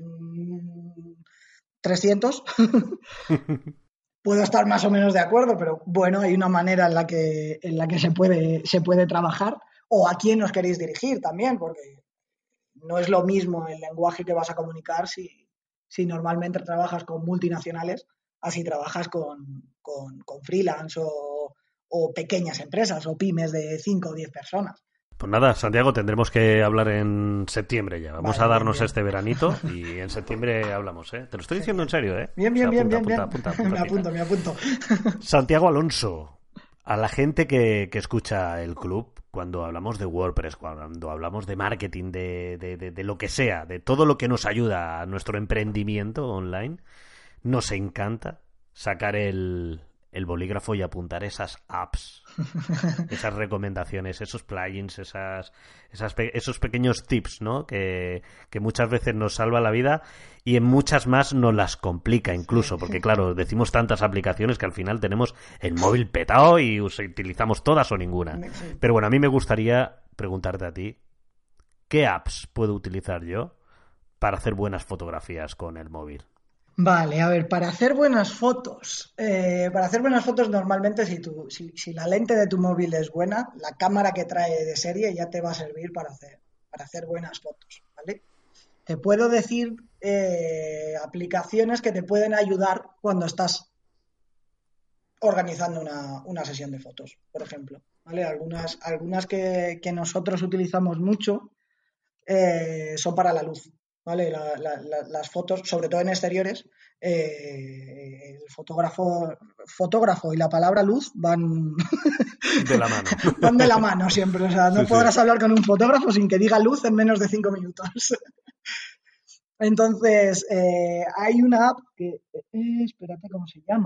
300. Puedo estar más o menos de acuerdo, pero bueno, hay una manera en la que se puede trabajar, o a quién os queréis dirigir también, porque no es lo mismo el lenguaje que vas a comunicar si normalmente trabajas con multinacionales, así trabajas con freelance o pequeñas empresas o pymes de 5 o 10 personas. Pues nada, Santiago, tendremos que hablar en septiembre ya. Vamos a darnos bien. Este veranito y en septiembre hablamos, ¿eh? Te lo estoy diciendo en serio, ¿eh? Bien, bien, o sea, bien. Apunta, me apunto. Santiago Alonso, a la gente que escucha el club, cuando hablamos de WordPress, cuando hablamos de marketing, de lo que sea, de todo lo que nos ayuda a nuestro emprendimiento online, nos encanta sacar el bolígrafo y apuntar esas apps, esas recomendaciones, esos plugins, esos pequeños tips, ¿no? Que muchas veces nos salva la vida y en muchas más nos las complica incluso, porque claro, decimos tantas aplicaciones que al final tenemos el móvil petado y utilizamos todas o ninguna. Pero bueno, a mí me gustaría preguntarte a ti, ¿qué apps puedo utilizar yo para hacer buenas fotografías con el móvil? Vale, a ver, para hacer buenas fotos normalmente si la lente de tu móvil es buena, la cámara que trae de serie ya te va a servir para hacer buenas fotos, ¿vale? Te puedo decir aplicaciones que te pueden ayudar cuando estás organizando una sesión de fotos, por ejemplo, ¿vale? Algunas que nosotros utilizamos mucho son para la luz. ¿Vale? Las fotos, sobre todo en exteriores, el fotógrafo y la palabra luz van de la mano. Van de la mano siempre. O sea, no podrás hablar con un fotógrafo sin que diga luz en menos de 5 minutos. Entonces, hay una app que, espérate, ¿cómo se llama?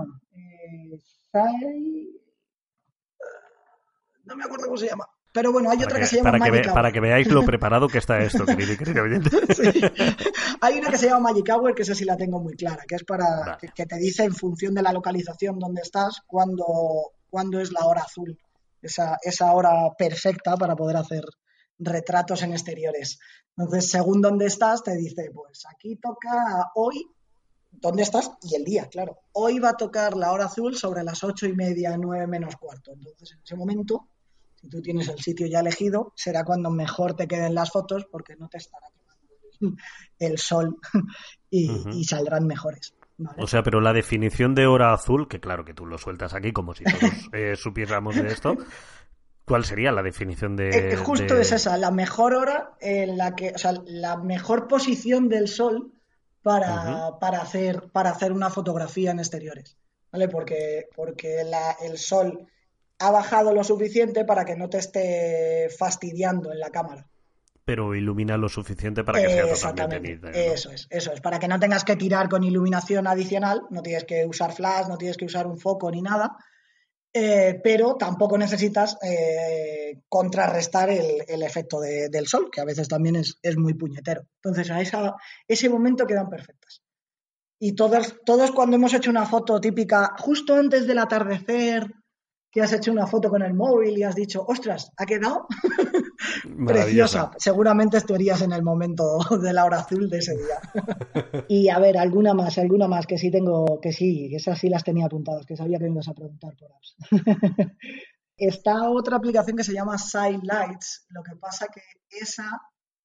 No me acuerdo cómo se llama. Pero bueno, hay otra que se llama Magic Hour. Para que veáis lo preparado que está esto, querido oyente. Sí. Hay una que se llama Magic Hour, que esa sí la tengo muy clara, que es para que te dice en función de la localización donde estás, cuándo es la hora azul. Esa hora perfecta para poder hacer retratos en exteriores. Entonces, según dónde estás, te dice, pues aquí toca hoy, ¿dónde estás? Y el día, claro. Hoy va a tocar la hora azul sobre las 8:30, 9 menos cuarto. Entonces, en ese momento, si tú tienes el sitio ya elegido, será cuando mejor te queden las fotos porque no te estará quemando el sol y saldrán mejores. ¿Vale? O sea, pero la definición de hora azul, que claro que tú lo sueltas aquí como si todos supiéramos de esto, ¿cuál sería la definición de...? Justo es esa, la mejor hora en la que, o sea, la mejor posición del sol para hacer una fotografía en exteriores, ¿vale? Porque el sol ha bajado lo suficiente para que no te esté fastidiando en la cámara. Pero ilumina lo suficiente para que sea totalmente nítida, ¿no? Eso es, para que no tengas que tirar con iluminación adicional, no tienes que usar flash, no tienes que usar un foco ni nada, pero tampoco necesitas contrarrestar el efecto del sol, que a veces también es muy puñetero. Entonces a ese momento quedan perfectas. Y todos cuando hemos hecho una foto típica justo antes del atardecer, que has hecho una foto con el móvil y has dicho, ostras, ¿ha quedado? Preciosa. Seguramente estarías en el momento de la hora azul de ese día. Y a ver, alguna más, que sí tengo, que esas sí las tenía apuntadas, que sabía que me ibas a preguntar por apps. Está otra aplicación que se llama Sidelights, lo que pasa que esa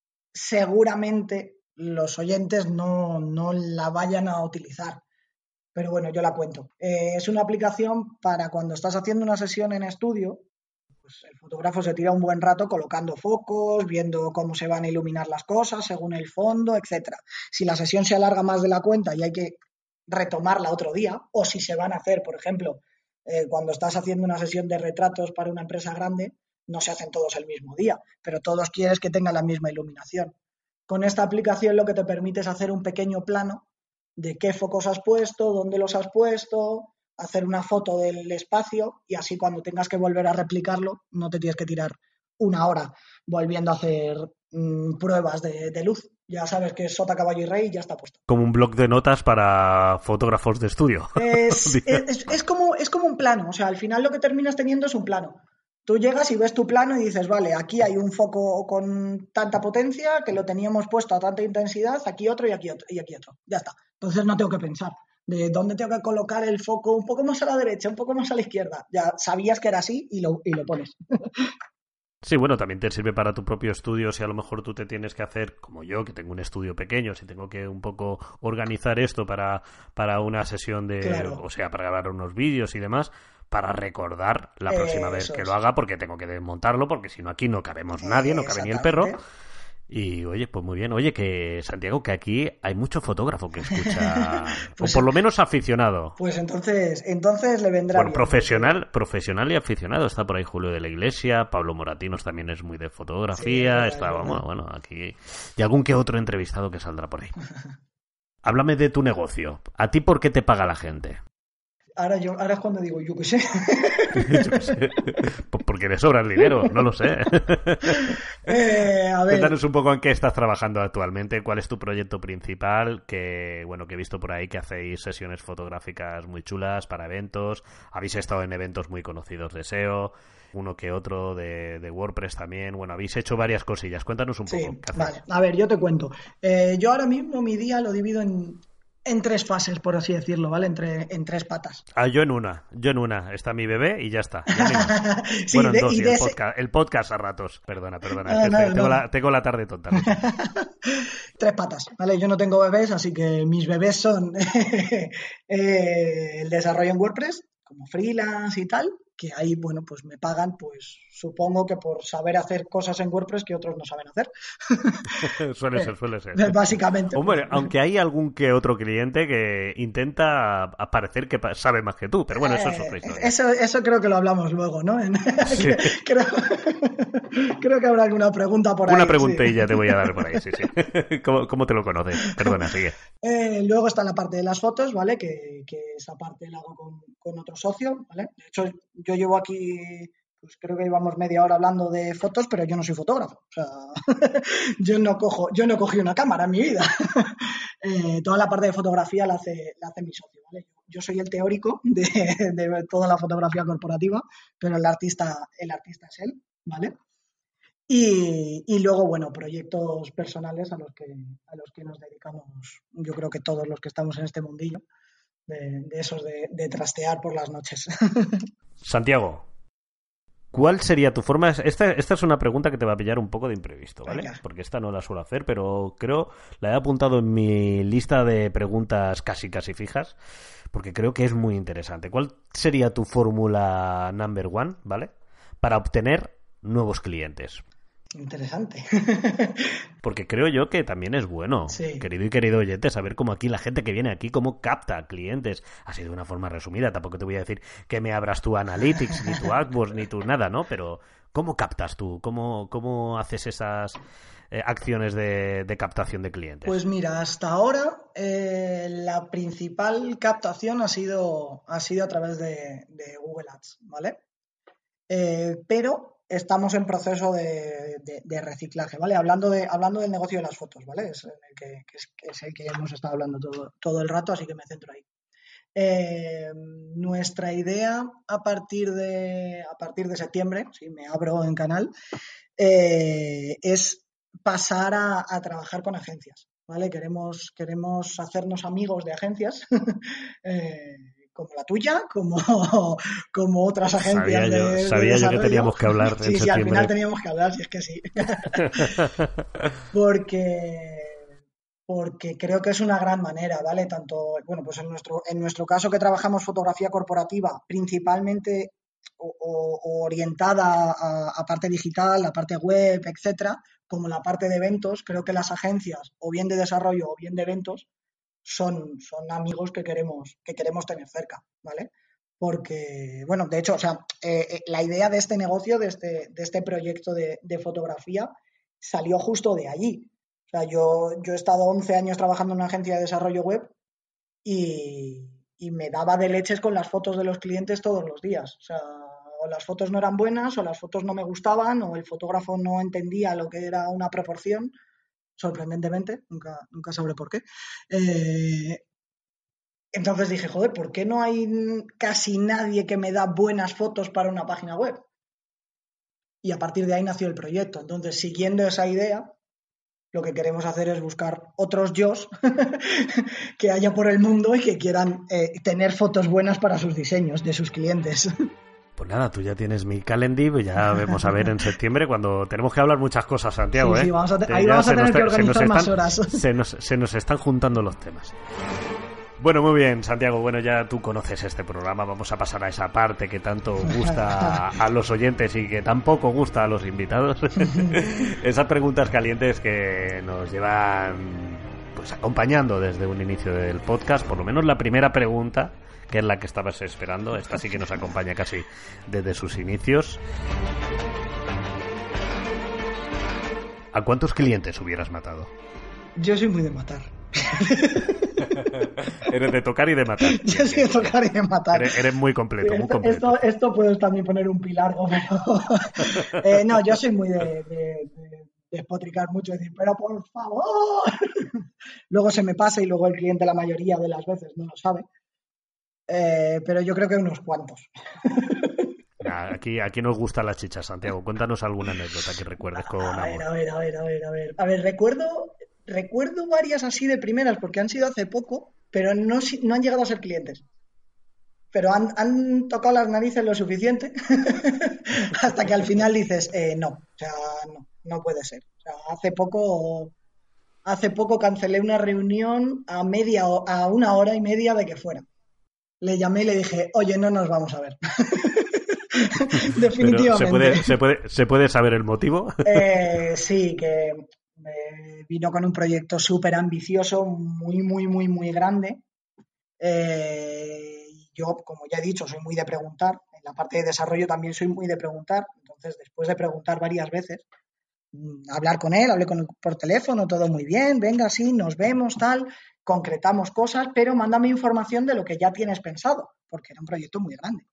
seguramente los oyentes no la vayan a utilizar. Pero bueno, yo la cuento. Es una aplicación para cuando estás haciendo una sesión en estudio, pues el fotógrafo se tira un buen rato colocando focos, viendo cómo se van a iluminar las cosas según el fondo, etcétera. Si la sesión se alarga más de la cuenta y hay que retomarla otro día, o si se van a hacer, por ejemplo, cuando estás haciendo una sesión de retratos para una empresa grande, no se hacen todos el mismo día, pero todos quieres que tengan la misma iluminación. Con esta aplicación lo que te permite es hacer un pequeño plano de qué focos has puesto, dónde los has puesto, hacer una foto del espacio y así cuando tengas que volver a replicarlo no te tienes que tirar una hora volviendo a hacer pruebas de luz. Ya sabes que es sota, caballo y rey y ya está puesto. Como un bloc de notas para fotógrafos de estudio. Es como un plano, o sea, al final lo que terminas teniendo es un plano. Tú llegas y ves tu plano y dices, vale, aquí hay un foco con tanta potencia que lo teníamos puesto a tanta intensidad, aquí otro y aquí otro, y aquí otro. Ya está. Entonces no tengo que pensar de dónde tengo que colocar el foco, un poco más a la derecha, un poco más a la izquierda. Ya sabías que era así y lo pones. Sí, bueno, también te sirve para tu propio estudio si a lo mejor tú te tienes que hacer, como yo, que tengo un estudio pequeño, si tengo que un poco organizar esto para una sesión de, claro. O sea, para grabar unos vídeos y demás, para recordar la próxima vez que lo haga, porque tengo que desmontarlo, porque si no aquí no cabemos nadie, no cabe ni el perro. Y oye, pues muy bien. Oye, que Santiago, que aquí hay mucho fotógrafo que escucha, pues, o por lo menos aficionado. Pues entonces le vendrá bueno, bien. Profesional y aficionado. Está por ahí Julio de la Iglesia, Pablo Moratinos también es muy de fotografía. Sí, bueno, aquí y algún que otro entrevistado que saldrá por ahí. Háblame de tu negocio. ¿A ti por qué te paga la gente? Ahora es cuando digo, yo qué sé. Yo qué sé. Porque le sobra el dinero, no lo sé. A ver. Cuéntanos un poco en qué estás trabajando actualmente, cuál es tu proyecto principal, que he visto por ahí que hacéis sesiones fotográficas muy chulas para eventos, habéis estado en eventos muy conocidos de SEO, uno que otro de WordPress también, habéis hecho varias cosillas, cuéntanos un poco. Sí, vale, a ver, yo te cuento. Yo ahora mismo mi día lo divido en 3 fases, por así decirlo, ¿vale? En 3 patas. Yo en una. Está mi bebé y ya está. Ya sí, bueno, en 2, el podcast a ratos. Perdona. Tengo la tarde tonta. 3 patas, ¿vale? Yo no tengo bebés, así que mis bebés son el desarrollo en WordPress, como freelance y tal, que ahí, bueno, pues me pagan, pues supongo que por saber hacer cosas en WordPress que otros no saben hacer. Suele ser. Básicamente. Hombre, aunque hay algún que otro cliente que intenta parecer que sabe más que tú, pero bueno, eso es otra historia. Eso creo que lo hablamos luego, ¿no? Sí. Creo que habrá alguna pregunta por ahí. Una preguntilla te voy a dar por ahí, sí. ¿Cómo te lo conoces? Perdona, sigue. Luego está la parte de las fotos, ¿vale? Que esa parte la hago con otro socio, ¿vale? De hecho, yo llevo aquí, pues creo que llevamos media hora hablando de fotos, pero yo no soy fotógrafo. O sea, yo no cogí una cámara en mi vida. Toda la parte de fotografía la hace mi socio, ¿vale? Yo soy el teórico de toda la fotografía corporativa, pero el artista es él, ¿vale? Y luego, bueno, proyectos personales a los que nos dedicamos, yo creo que todos los que estamos en este mundillo, de esos de trastear por las noches. Santiago, ¿cuál sería tu forma? Esta es una pregunta que te va a pillar un poco de imprevisto, ¿vale? Venga. Porque esta no la suelo hacer, pero creo la he apuntado en mi lista de preguntas casi fijas, porque creo que es muy interesante. ¿Cuál sería tu fórmula number one, ¿vale? Para obtener nuevos clientes. Interesante. Porque creo yo que también es bueno, sí. Querido oyente, saber cómo aquí la gente que viene aquí, cómo capta clientes. Así de una forma resumida, tampoco te voy a decir que me abras tu Analytics, ni tu AdWords, ni tu nada, ¿no? Pero ¿cómo captas tú? ¿Cómo haces esas acciones de captación de clientes? Pues mira, hasta ahora la principal captación ha sido a través de Google Ads, ¿vale? Pero estamos en proceso de reciclaje, ¿vale? Hablando del negocio de las fotos, ¿vale? Es el que hemos estado hablando todo el rato, así que me centro ahí. Nuestra idea a partir de septiembre, si me abro en canal, es pasar a trabajar con agencias, ¿vale? Queremos hacernos amigos de agencias, como la tuya, como otras agencias. Sabía yo que teníamos que hablar en septiembre. Sí, al final teníamos que hablar, si es que sí. Porque creo que es una gran manera, ¿vale? Tanto, bueno, pues en nuestro caso que trabajamos fotografía corporativa, principalmente o orientada a parte digital, a parte web, etcétera, como la parte de eventos, creo que las agencias, o bien de desarrollo o bien de eventos, son amigos que queremos tener cerca, ¿vale? Porque, bueno, de hecho, o sea, la idea de este negocio, de este proyecto de fotografía, salió justo de allí. O sea, yo he estado 11 años trabajando en una agencia de desarrollo web y me daba de leches con las fotos de los clientes todos los días. O sea, o las fotos no eran buenas, o las fotos no me gustaban, o el fotógrafo no entendía lo que era una proporción. Sorprendentemente, nunca sabré por qué. Entonces dije, joder, ¿por qué no hay casi nadie que me da buenas fotos para una página web? Y a partir de ahí nació el proyecto. Entonces, siguiendo esa idea, lo que queremos hacer es buscar otros yos que haya por el mundo y que quieran tener fotos buenas para sus diseños, de sus clientes. Pues nada, tú ya tienes mi calendar, ya vamos a ver en septiembre cuando tenemos que hablar muchas cosas, Santiago. Sí, ahí vamos a tener que organizar más horas. Se nos están juntando los temas. Bueno, muy bien, Santiago. Bueno, ya tú conoces este programa. Vamos a pasar a esa parte que tanto gusta a los oyentes y que tampoco gusta a los invitados. Esas preguntas calientes que nos llevan pues acompañando desde un inicio del podcast. Por lo menos la primera pregunta, que es la que estabas esperando. Esta sí que nos acompaña casi desde sus inicios. ¿A cuántos clientes hubieras matado? Yo soy muy de matar. Eres de tocar y de matar. Yo soy de tocar y de matar. Eres muy completo, muy completo. Esto puedes también poner un pilargo, pero... no, yo soy muy de despotricar mucho, decir, pero por favor. Luego se me pasa y luego el cliente la mayoría de las veces no lo sabe. Pero yo creo que unos cuantos. Aquí nos gusta la chicha, Santiago. Cuéntanos alguna anécdota que recuerdes con amor. A ver, recuerdo varias así de primeras porque han sido hace poco, pero no han llegado a ser clientes. Pero han tocado las narices lo suficiente hasta que al final dices, no, o sea, no puede ser. O sea, hace poco cancelé una reunión a 1 hora y media de que fuera. Le llamé y le dije, oye, no nos vamos a ver. Definitivamente. Pero ¿se puede saber el motivo? Sí, que vino con un proyecto súper ambicioso, muy, muy, muy, muy grande. Yo, como ya he dicho, soy muy de preguntar. En la parte de desarrollo también soy muy de preguntar. Entonces, después de preguntar varias veces, hablar con él, hablé con él por teléfono, todo muy bien, venga, sí, nos vemos, tal, concretamos cosas, pero mándame información de lo que ya tienes pensado, porque era un proyecto muy grande.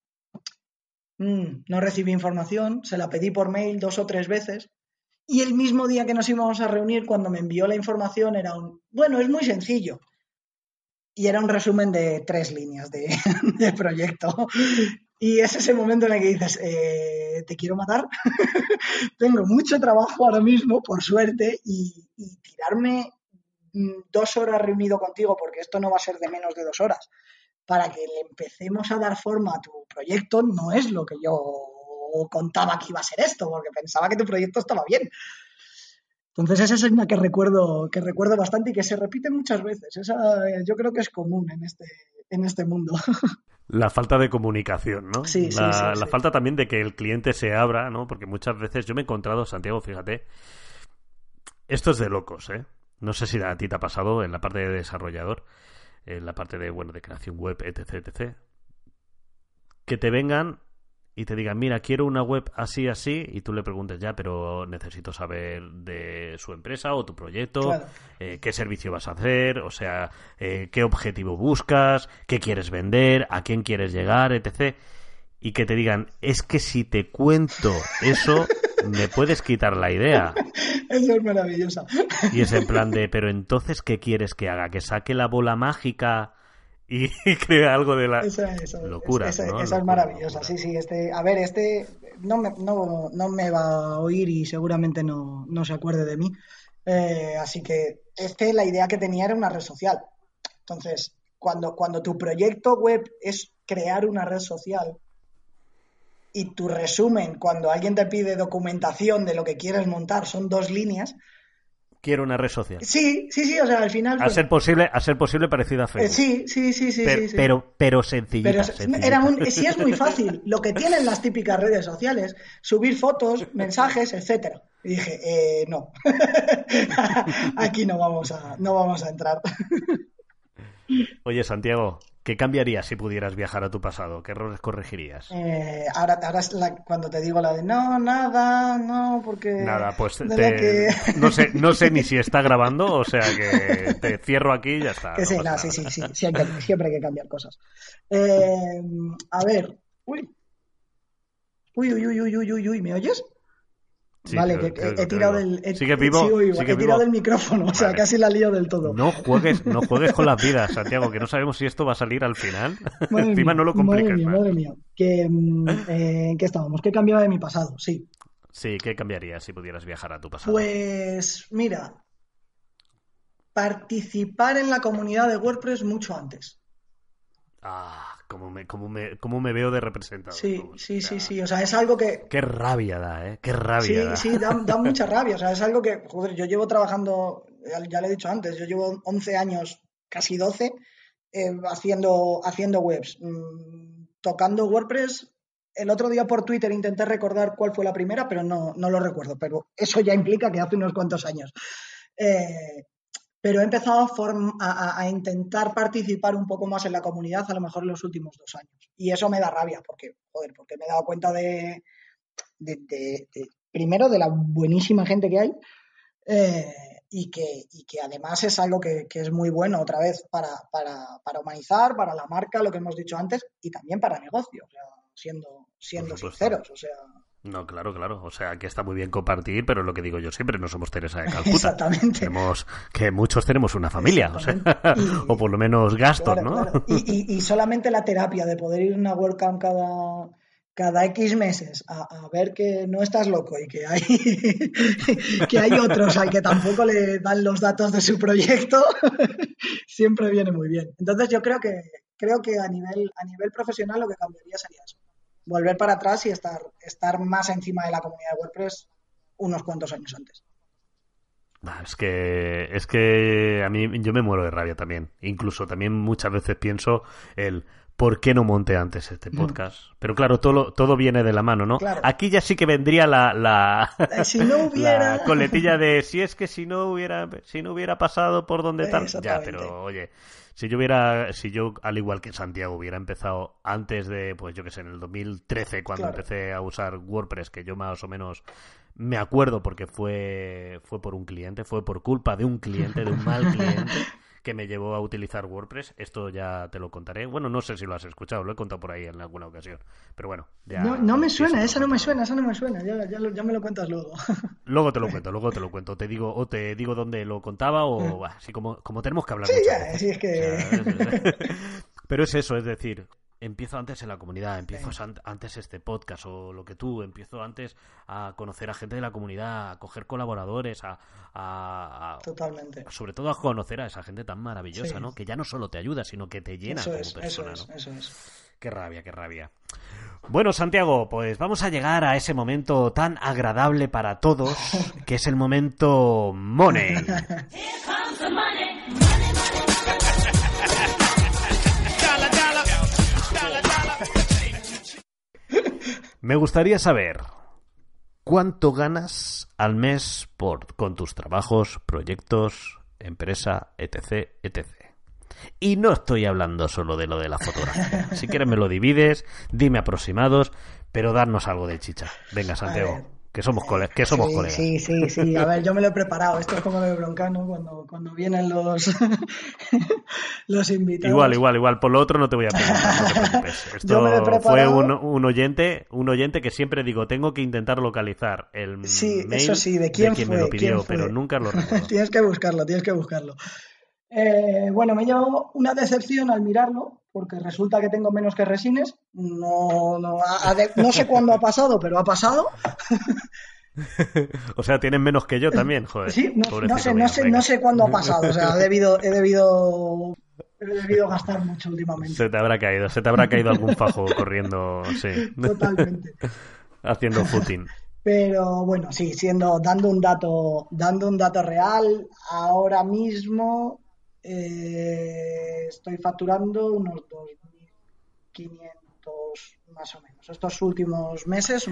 No recibí información, se la pedí por mail 2 o 3 veces y el mismo día que nos íbamos a reunir, cuando me envió la información, era bueno, es muy sencillo. Y era un resumen de 3 líneas de proyecto. Y es ese momento en el que dices, te quiero matar, tengo mucho trabajo ahora mismo, por suerte, y tirarme 2 horas reunido contigo, porque esto no va a ser de menos de 2 horas, para que le empecemos a dar forma a tu proyecto, no es lo que yo contaba que iba a ser esto, porque pensaba que tu proyecto estaba bien. Entonces esa es una que recuerdo bastante y que se repite muchas veces. Esa yo creo que es común en este mundo. La falta de comunicación, ¿no? Sí, sí, sí, La sí. falta también de que el cliente se abra, ¿no? Porque muchas veces yo me he encontrado, Santiago, fíjate, esto es de locos, ¿eh? No sé si a ti te ha pasado en la parte de desarrollador, en la parte de, bueno, de creación web, etc, etc. Que te vengan y te digan, mira, quiero una web así, así, y tú le preguntes, ya, pero necesito saber de su empresa o tu proyecto, Claro. qué servicio vas a hacer, o sea, qué objetivo buscas, qué quieres vender, a quién quieres llegar, etc. Y que te digan, es que si te cuento eso, me puedes quitar la idea. Eso es maravillosa. Y es en plan de, pero entonces, ¿qué quieres que haga? ¿Que saque la bola mágica y crea algo de la... Locura, ¿no? Esa es Locura, maravillosa. locura. Sí, sí. A ver, no me va a oír y seguramente no se acuerde de mí. Así que la idea que tenía era una red social. Entonces, cuando tu proyecto web es crear una red social y tu resumen, cuando alguien te pide documentación de lo que quieres montar, son 2 líneas. Quiero una red social. Sí, sí, sí, o sea, al final, pues. A ser posible parecida a Facebook. Sí, sí, sí, sí, Pero, sí, sí. pero sencillita, sencillita. Sí, es muy fácil. Lo que tienen las típicas redes sociales, subir fotos, mensajes, etcétera. Y dije, no. Aquí no vamos a entrar. Oye, Santiago, ¿qué cambiarías si pudieras viajar a tu pasado? ¿Qué errores corregirías? Ahora es cuando te digo la de no, nada, no, porque Nada, pues de lo que. no sé ni si está grabando, o sea que te cierro aquí y ya está. Que No sí, pasa no, nada. sí, siempre hay que cambiar cosas. A ver, uy, uy, ¿me oyes? Sí, Vale, que te oigo, he te tirado oigo. del. ¿Sigue Sigo vivo? vivo, ¿Sigue he tirado del vivo? micrófono, o sea, Vale. casi la lío del todo. No juegues con las vidas, Santiago, que no sabemos si esto va a salir al final. Madre Encima mía, no lo madre compliques mía, más. madre mía. ¿En qué estábamos? ¿Qué cambiaba de mi pasado? Sí. Sí, ¿qué cambiarías si pudieras viajar a tu pasado? Pues, mira, participar en la comunidad de WordPress mucho antes. Ah, cómo me veo de representado. Sí, Vamos, o sí, sí, sea, sí. O sea, es algo que. qué rabia da, ¿eh? Qué rabia Sí, da. sí, da mucha rabia. O sea, es algo que, joder, yo llevo trabajando, ya lo he dicho antes, yo llevo 11 años, casi 12, haciendo webs. Tocando WordPress. El otro día por Twitter intenté recordar cuál fue la primera, pero no lo recuerdo. Pero eso ya implica que hace unos cuantos años. Eh, pero he empezado a intentar participar un poco más en la comunidad, a lo mejor en los últimos 2 años. Y eso me da rabia, porque me he dado cuenta primero de la buenísima gente que hay, eh, y que además es algo que es muy bueno otra vez para humanizar, para la marca, lo que hemos dicho antes, y también para negocio, o sea, Por siendo supuesto. sinceros, o sea, No, claro, claro. O sea, que está muy bien compartir, pero lo que digo yo siempre, no somos Teresa de Calcuta. exactamente, Tenemos, que muchos tenemos una familia, o sea, exactamente. o por lo menos gastos, Claro, ¿no? claro. Y solamente la terapia de poder ir a una WordCamp cada X meses a ver que no estás loco y que hay, que hay otros al que tampoco le dan los datos de su proyecto, siempre viene muy bien. Entonces yo creo que a nivel profesional lo que cambiaría sería eso. Volver para atrás y estar más encima de la comunidad de WordPress unos cuantos años antes. Es que a mí yo me muero de rabia también. Incluso también muchas veces pienso el ¿por qué no monté antes este podcast? Pero claro, todo viene de la mano, ¿no? Claro. Aquí ya sí que vendría si no hubiera... la coletilla de si no hubiera pasado por donde tal. Ya, pero oye, si yo al igual que Santiago hubiera empezado antes de, pues yo que sé, en el 2013 cuando empecé a usar WordPress, que yo más o menos me acuerdo porque fue por un cliente, fue por culpa de un cliente, de un mal cliente que me llevó a utilizar WordPress. Esto ya te lo contaré. Bueno, no sé si lo has escuchado, lo he contado por ahí en alguna ocasión. Pero bueno, ya... No me suena, esa no me suena. Ya me lo cuentas luego. Luego te lo cuento. Te digo dónde lo contaba o así como tenemos que hablar sí, muchas ya, veces. Sí, es que... Pero es eso, es decir... Empiezo antes en la comunidad, empiezo antes este podcast o lo que tú, empiezo antes a conocer a gente de la comunidad, a coger colaboradores, Totalmente. Sobre todo a conocer a esa gente tan maravillosa, ¿no? Que ya no solo te ayuda, sino que te llena como persona, ¿no? Eso es. Qué rabia. Bueno, Santiago, pues vamos a llegar a ese momento tan agradable para todos, que es el momento Money. Here comes the money. Me gustaría saber cuánto ganas al mes con tus trabajos, proyectos, empresa, etc. Y no estoy hablando solo de lo de la fotografía. Si quieres me lo divides, dime aproximados, pero darnos algo de chicha. Venga, Santiago, que somos colegas. Sí. A ver, yo me lo he preparado. Esto es como lo de Broncano cuando vienen los los invitados. Igual. Por lo otro no te voy a preguntar, no te preocupes. Esto fue un oyente que siempre digo, tengo que intentar localizar el mail eso sí, de quién quien fue, me lo pidió, pero nunca lo recuerdo. Tienes que buscarlo. Bueno, me llevó una decepción al mirarlo, porque resulta que tengo menos que Resines. No sé cuándo ha pasado, pero ha pasado. O sea, tienen menos que yo también, joder. Sí, no sé cuándo ha pasado. O sea, he debido gastar mucho últimamente. Se te habrá caído algún fajo corriendo, sí. Totalmente. Haciendo footing. Pero bueno, sí, dando un dato real, ahora mismo estoy facturando unos 2.500 más o menos. Estos últimos meses...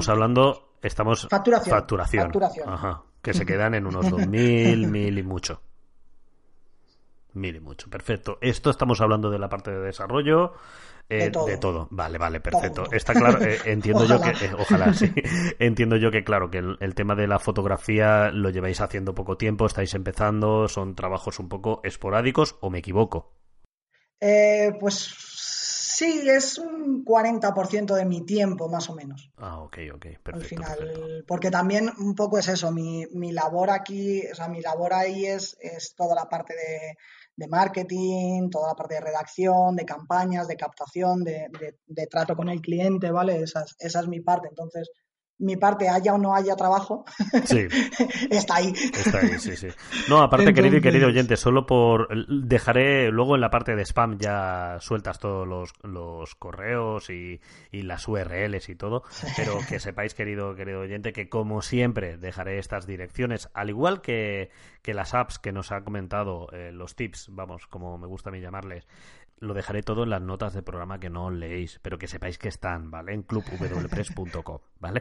Facturación. Ajá, que se quedan en unos 2.000, 1.000 y mucho. 1.000 y mucho, perfecto. Esto estamos hablando de la parte de desarrollo... De todo. Vale, perfecto. Todo. Está claro, entiendo yo que... ojalá, sí. Entiendo yo que, claro, que el tema de la fotografía lo lleváis haciendo poco tiempo, estáis empezando, son trabajos un poco esporádicos, ¿o me equivoco? Pues sí, es un 40% de mi tiempo, más o menos. Ah, ok, perfecto. Al final, perfecto. porque también un poco es eso, mi labor aquí, o sea, mi labor ahí es toda la parte de marketing, toda la parte de redacción, de campañas, de captación, de trato con el cliente, ¿vale? Esa es mi parte. Entonces, mi parte, haya o no haya trabajo, sí. Está ahí, sí. No, aparte, entonces... querido oyente, dejaré luego en la parte de spam ya sueltas todos los correos y las URLs y todo, pero que sepáis, querido oyente, que como siempre dejaré estas direcciones, al igual que las apps que nos ha comentado, los tips, vamos, como me gusta a mí llamarles, lo dejaré todo en las notas del programa que no leéis, pero que sepáis que están, ¿vale? En clubwpress.com, ¿vale?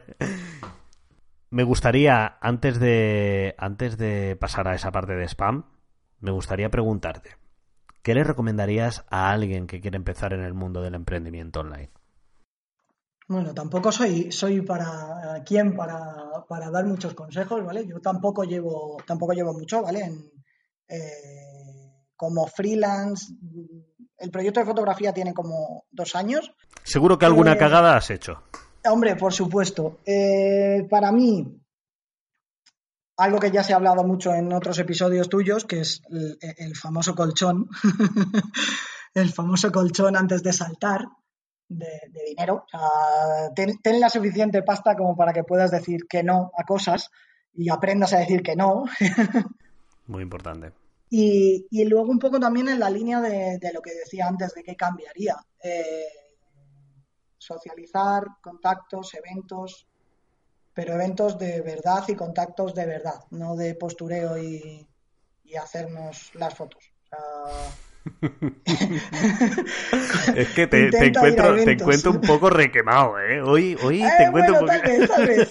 Me gustaría, antes de pasar a esa parte de spam, me gustaría preguntarte, ¿qué le recomendarías a alguien que quiere empezar en el mundo del emprendimiento online? Bueno, tampoco soy para dar muchos consejos, ¿vale? Yo tampoco llevo mucho, ¿vale? Como freelance, el proyecto de fotografía tiene como 2 años. Seguro que alguna cagada has hecho. Hombre, por supuesto. Para mí, algo que ya se ha hablado mucho en otros episodios tuyos, que es el famoso colchón, el famoso colchón antes de saltar de dinero. O sea, ten la suficiente pasta como para que puedas decir que no a cosas y aprendas a decir que no. Muy importante. Y luego un poco también en la línea de lo que decía antes, de qué cambiaría. Socializar, contactos, eventos, pero eventos de verdad y contactos de verdad, no de postureo y hacernos las fotos. O sea, Es que te encuentro un poco requemado, ¿eh? Hoy te encuentro un poco... Tal vez.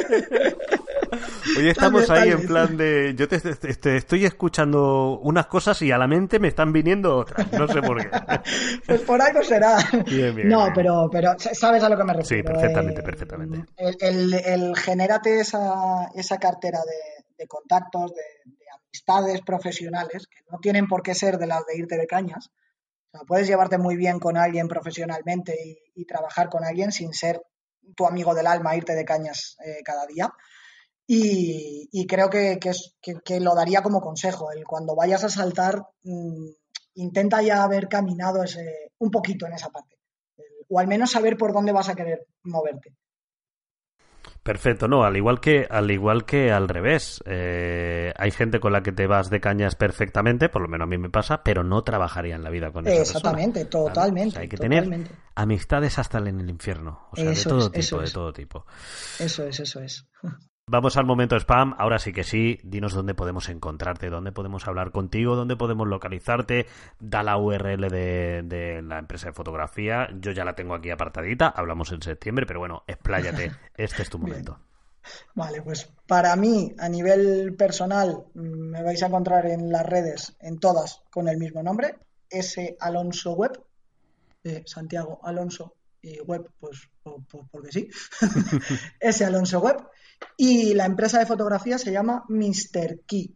Hoy estamos Tal ahí vez. en plan de... Yo te estoy escuchando unas cosas y a la mente me están viniendo otras. No sé por qué. Pues por algo será. Bien, No, bien. pero sabes a lo que me refiero. Sí, perfectamente. El genérate esa cartera de contactos, de amistades profesionales, que no tienen por qué ser de las de irte de cañas. O sea, puedes llevarte muy bien con alguien profesionalmente y trabajar con alguien sin ser tu amigo del alma, irte de cañas cada día. Y creo que lo daría como consejo. Cuando vayas a saltar, intenta ya haber caminado un poquito en esa parte. O al menos saber por dónde vas a querer moverte. Perfecto, no, al igual que al revés. Hay gente con la que te vas de cañas perfectamente, por lo menos a mí me pasa, pero no trabajaría en la vida con esa Exactamente, persona. totalmente. O sea, hay que totalmente. tener amistades hasta en el infierno. O sea, Eso de todo tipo. Eso es. Vamos al momento spam. Ahora sí que sí. Dinos dónde podemos encontrarte, dónde podemos hablar contigo, dónde podemos localizarte. Da la URL de la empresa de fotografía. Yo ya la tengo aquí apartadita. Hablamos en septiembre, pero bueno, expláyate. Este es tu momento. Vale, pues para mí, a nivel personal, me vais a encontrar en las redes, en todas, con el mismo nombre. S. Alonso Web. Santiago Alonso y Web, pues porque sí. S. Alonso Web. Y la empresa de fotografía se llama Mr. Key,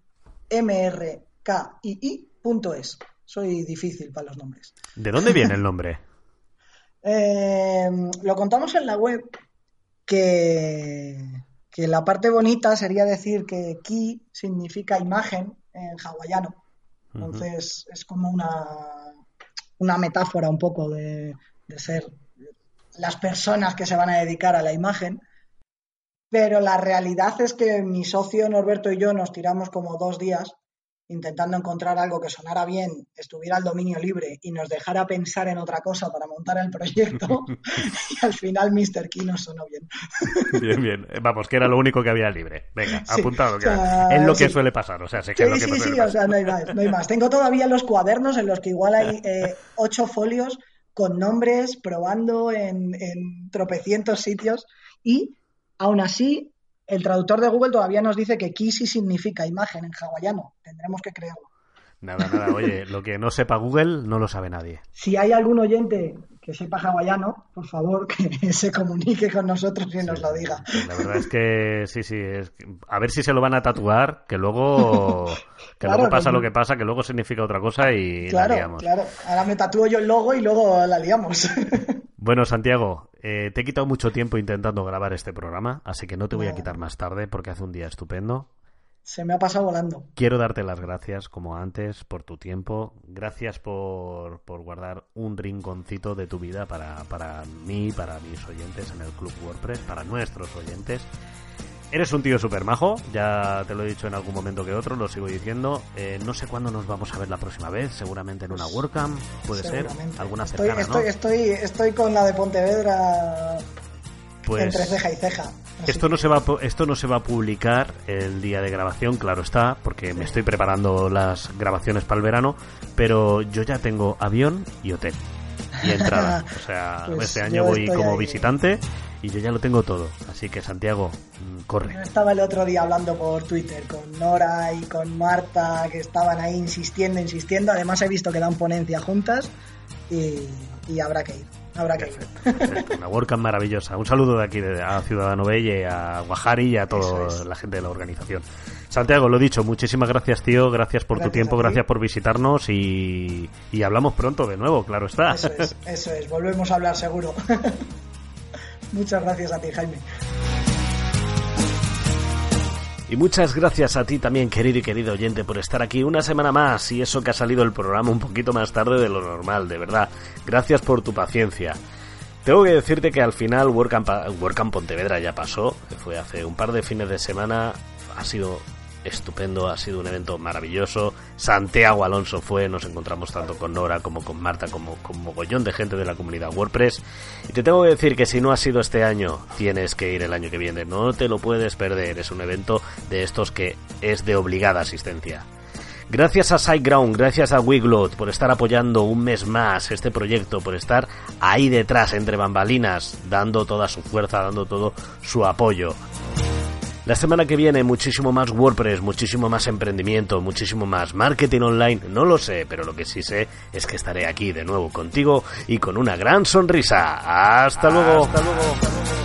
mrkii.es. Soy difícil para los nombres. ¿De dónde viene el nombre? Lo contamos en la web que la parte bonita sería decir que Ki significa imagen en hawaiano. Entonces es como una metáfora un poco de ser las personas que se van a dedicar a la imagen. Pero la realidad es que mi socio Norberto y yo nos tiramos como 2 días intentando encontrar algo que sonara bien, estuviera al dominio libre y nos dejara pensar en otra cosa para montar el proyecto y al final Mr. Key nos sonó bien. Bien. Vamos, que era lo único que había libre. Venga, Sí, apuntado. o sea, es lo que sí. suele pasar. O sea, sé que es lo que suele Sí, pasar. o sea, no hay más. Tengo todavía los cuadernos en los que igual hay 8 folios con nombres, probando en tropecientos sitios y aún así el traductor de Google todavía nos dice que Kisi significa imagen en hawaiano. Tendremos que creerlo. Nada. Oye, lo que no sepa Google no lo sabe nadie. Si hay algún oyente que sepa hawaiano, por favor, que se comunique con nosotros y nos lo diga. Sí, la verdad es que sí. A ver si se lo van a tatuar, que luego luego pasa lo que pasa, que luego significa otra cosa y la liamos. Claro. Ahora me tatúo yo el logo y luego la liamos. Bueno, Santiago, te he quitado mucho tiempo intentando grabar este programa, así que no te voy a quitar más tarde porque hace un día estupendo. Se me ha pasado volando. Quiero darte las gracias, como antes, por tu tiempo. Gracias por guardar un rinconcito de tu vida para mí, para mis oyentes en el Club WordPress, para nuestros oyentes. Eres un tío súper majo, ya te lo he dicho en algún momento que otro, lo sigo diciendo. No sé cuándo nos vamos a ver la próxima vez, seguramente en una WordCamp, puede ser, alguna cercana, ¿no? Estoy con la de Pontevedra pues, entre ceja y ceja. Esto no se va a publicar el día de grabación, claro está, porque me estoy preparando las grabaciones para el verano, pero yo ya tengo avión y hotel y entrada. O sea, Pues este año voy como ahí. Visitante y yo ya lo tengo todo. Así que, Santiago, corre. Yo estaba el otro día hablando por Twitter con Nora y con Marta, que estaban ahí insistiendo. Además he visto que dan ponencia juntas y habrá que ir. Perfecto. Una WordCamp maravillosa. Un saludo de aquí a Ciudadano Belle, a Guajari y a toda la gente de la organización. Santiago, lo dicho, muchísimas gracias, tío. Gracias por tu tiempo, gracias por visitarnos y hablamos pronto de nuevo, claro está. Eso es. Volvemos a hablar seguro. Muchas gracias a ti, Jaime. Y muchas gracias a ti también, querido y querido oyente, por estar aquí una semana más, y eso que ha salido el programa un poquito más tarde de lo normal, de verdad. Gracias por tu paciencia. Tengo que decirte que al final WordCamp Pontevedra ya pasó, que fue hace un par de fines de semana, ha sido estupendo, ha sido un evento maravilloso. Santiago Alonso nos encontramos tanto con Nora como con Marta, como con mogollón de gente de la comunidad WordPress. Y te tengo que decir que si no ha sido este año, tienes que ir el año que viene, no te lo puedes perder, es un evento de estos que es de obligada asistencia. Gracias a SiteGround, gracias a Wiglot por estar apoyando un mes más este proyecto, por estar ahí detrás, entre bambalinas, dando toda su fuerza, dando todo su apoyo. La semana que viene muchísimo más WordPress, muchísimo más emprendimiento, muchísimo más marketing online, no lo sé, pero lo que sí sé es que estaré aquí de nuevo contigo y con una gran sonrisa. ¡Hasta luego! ¡Hasta luego!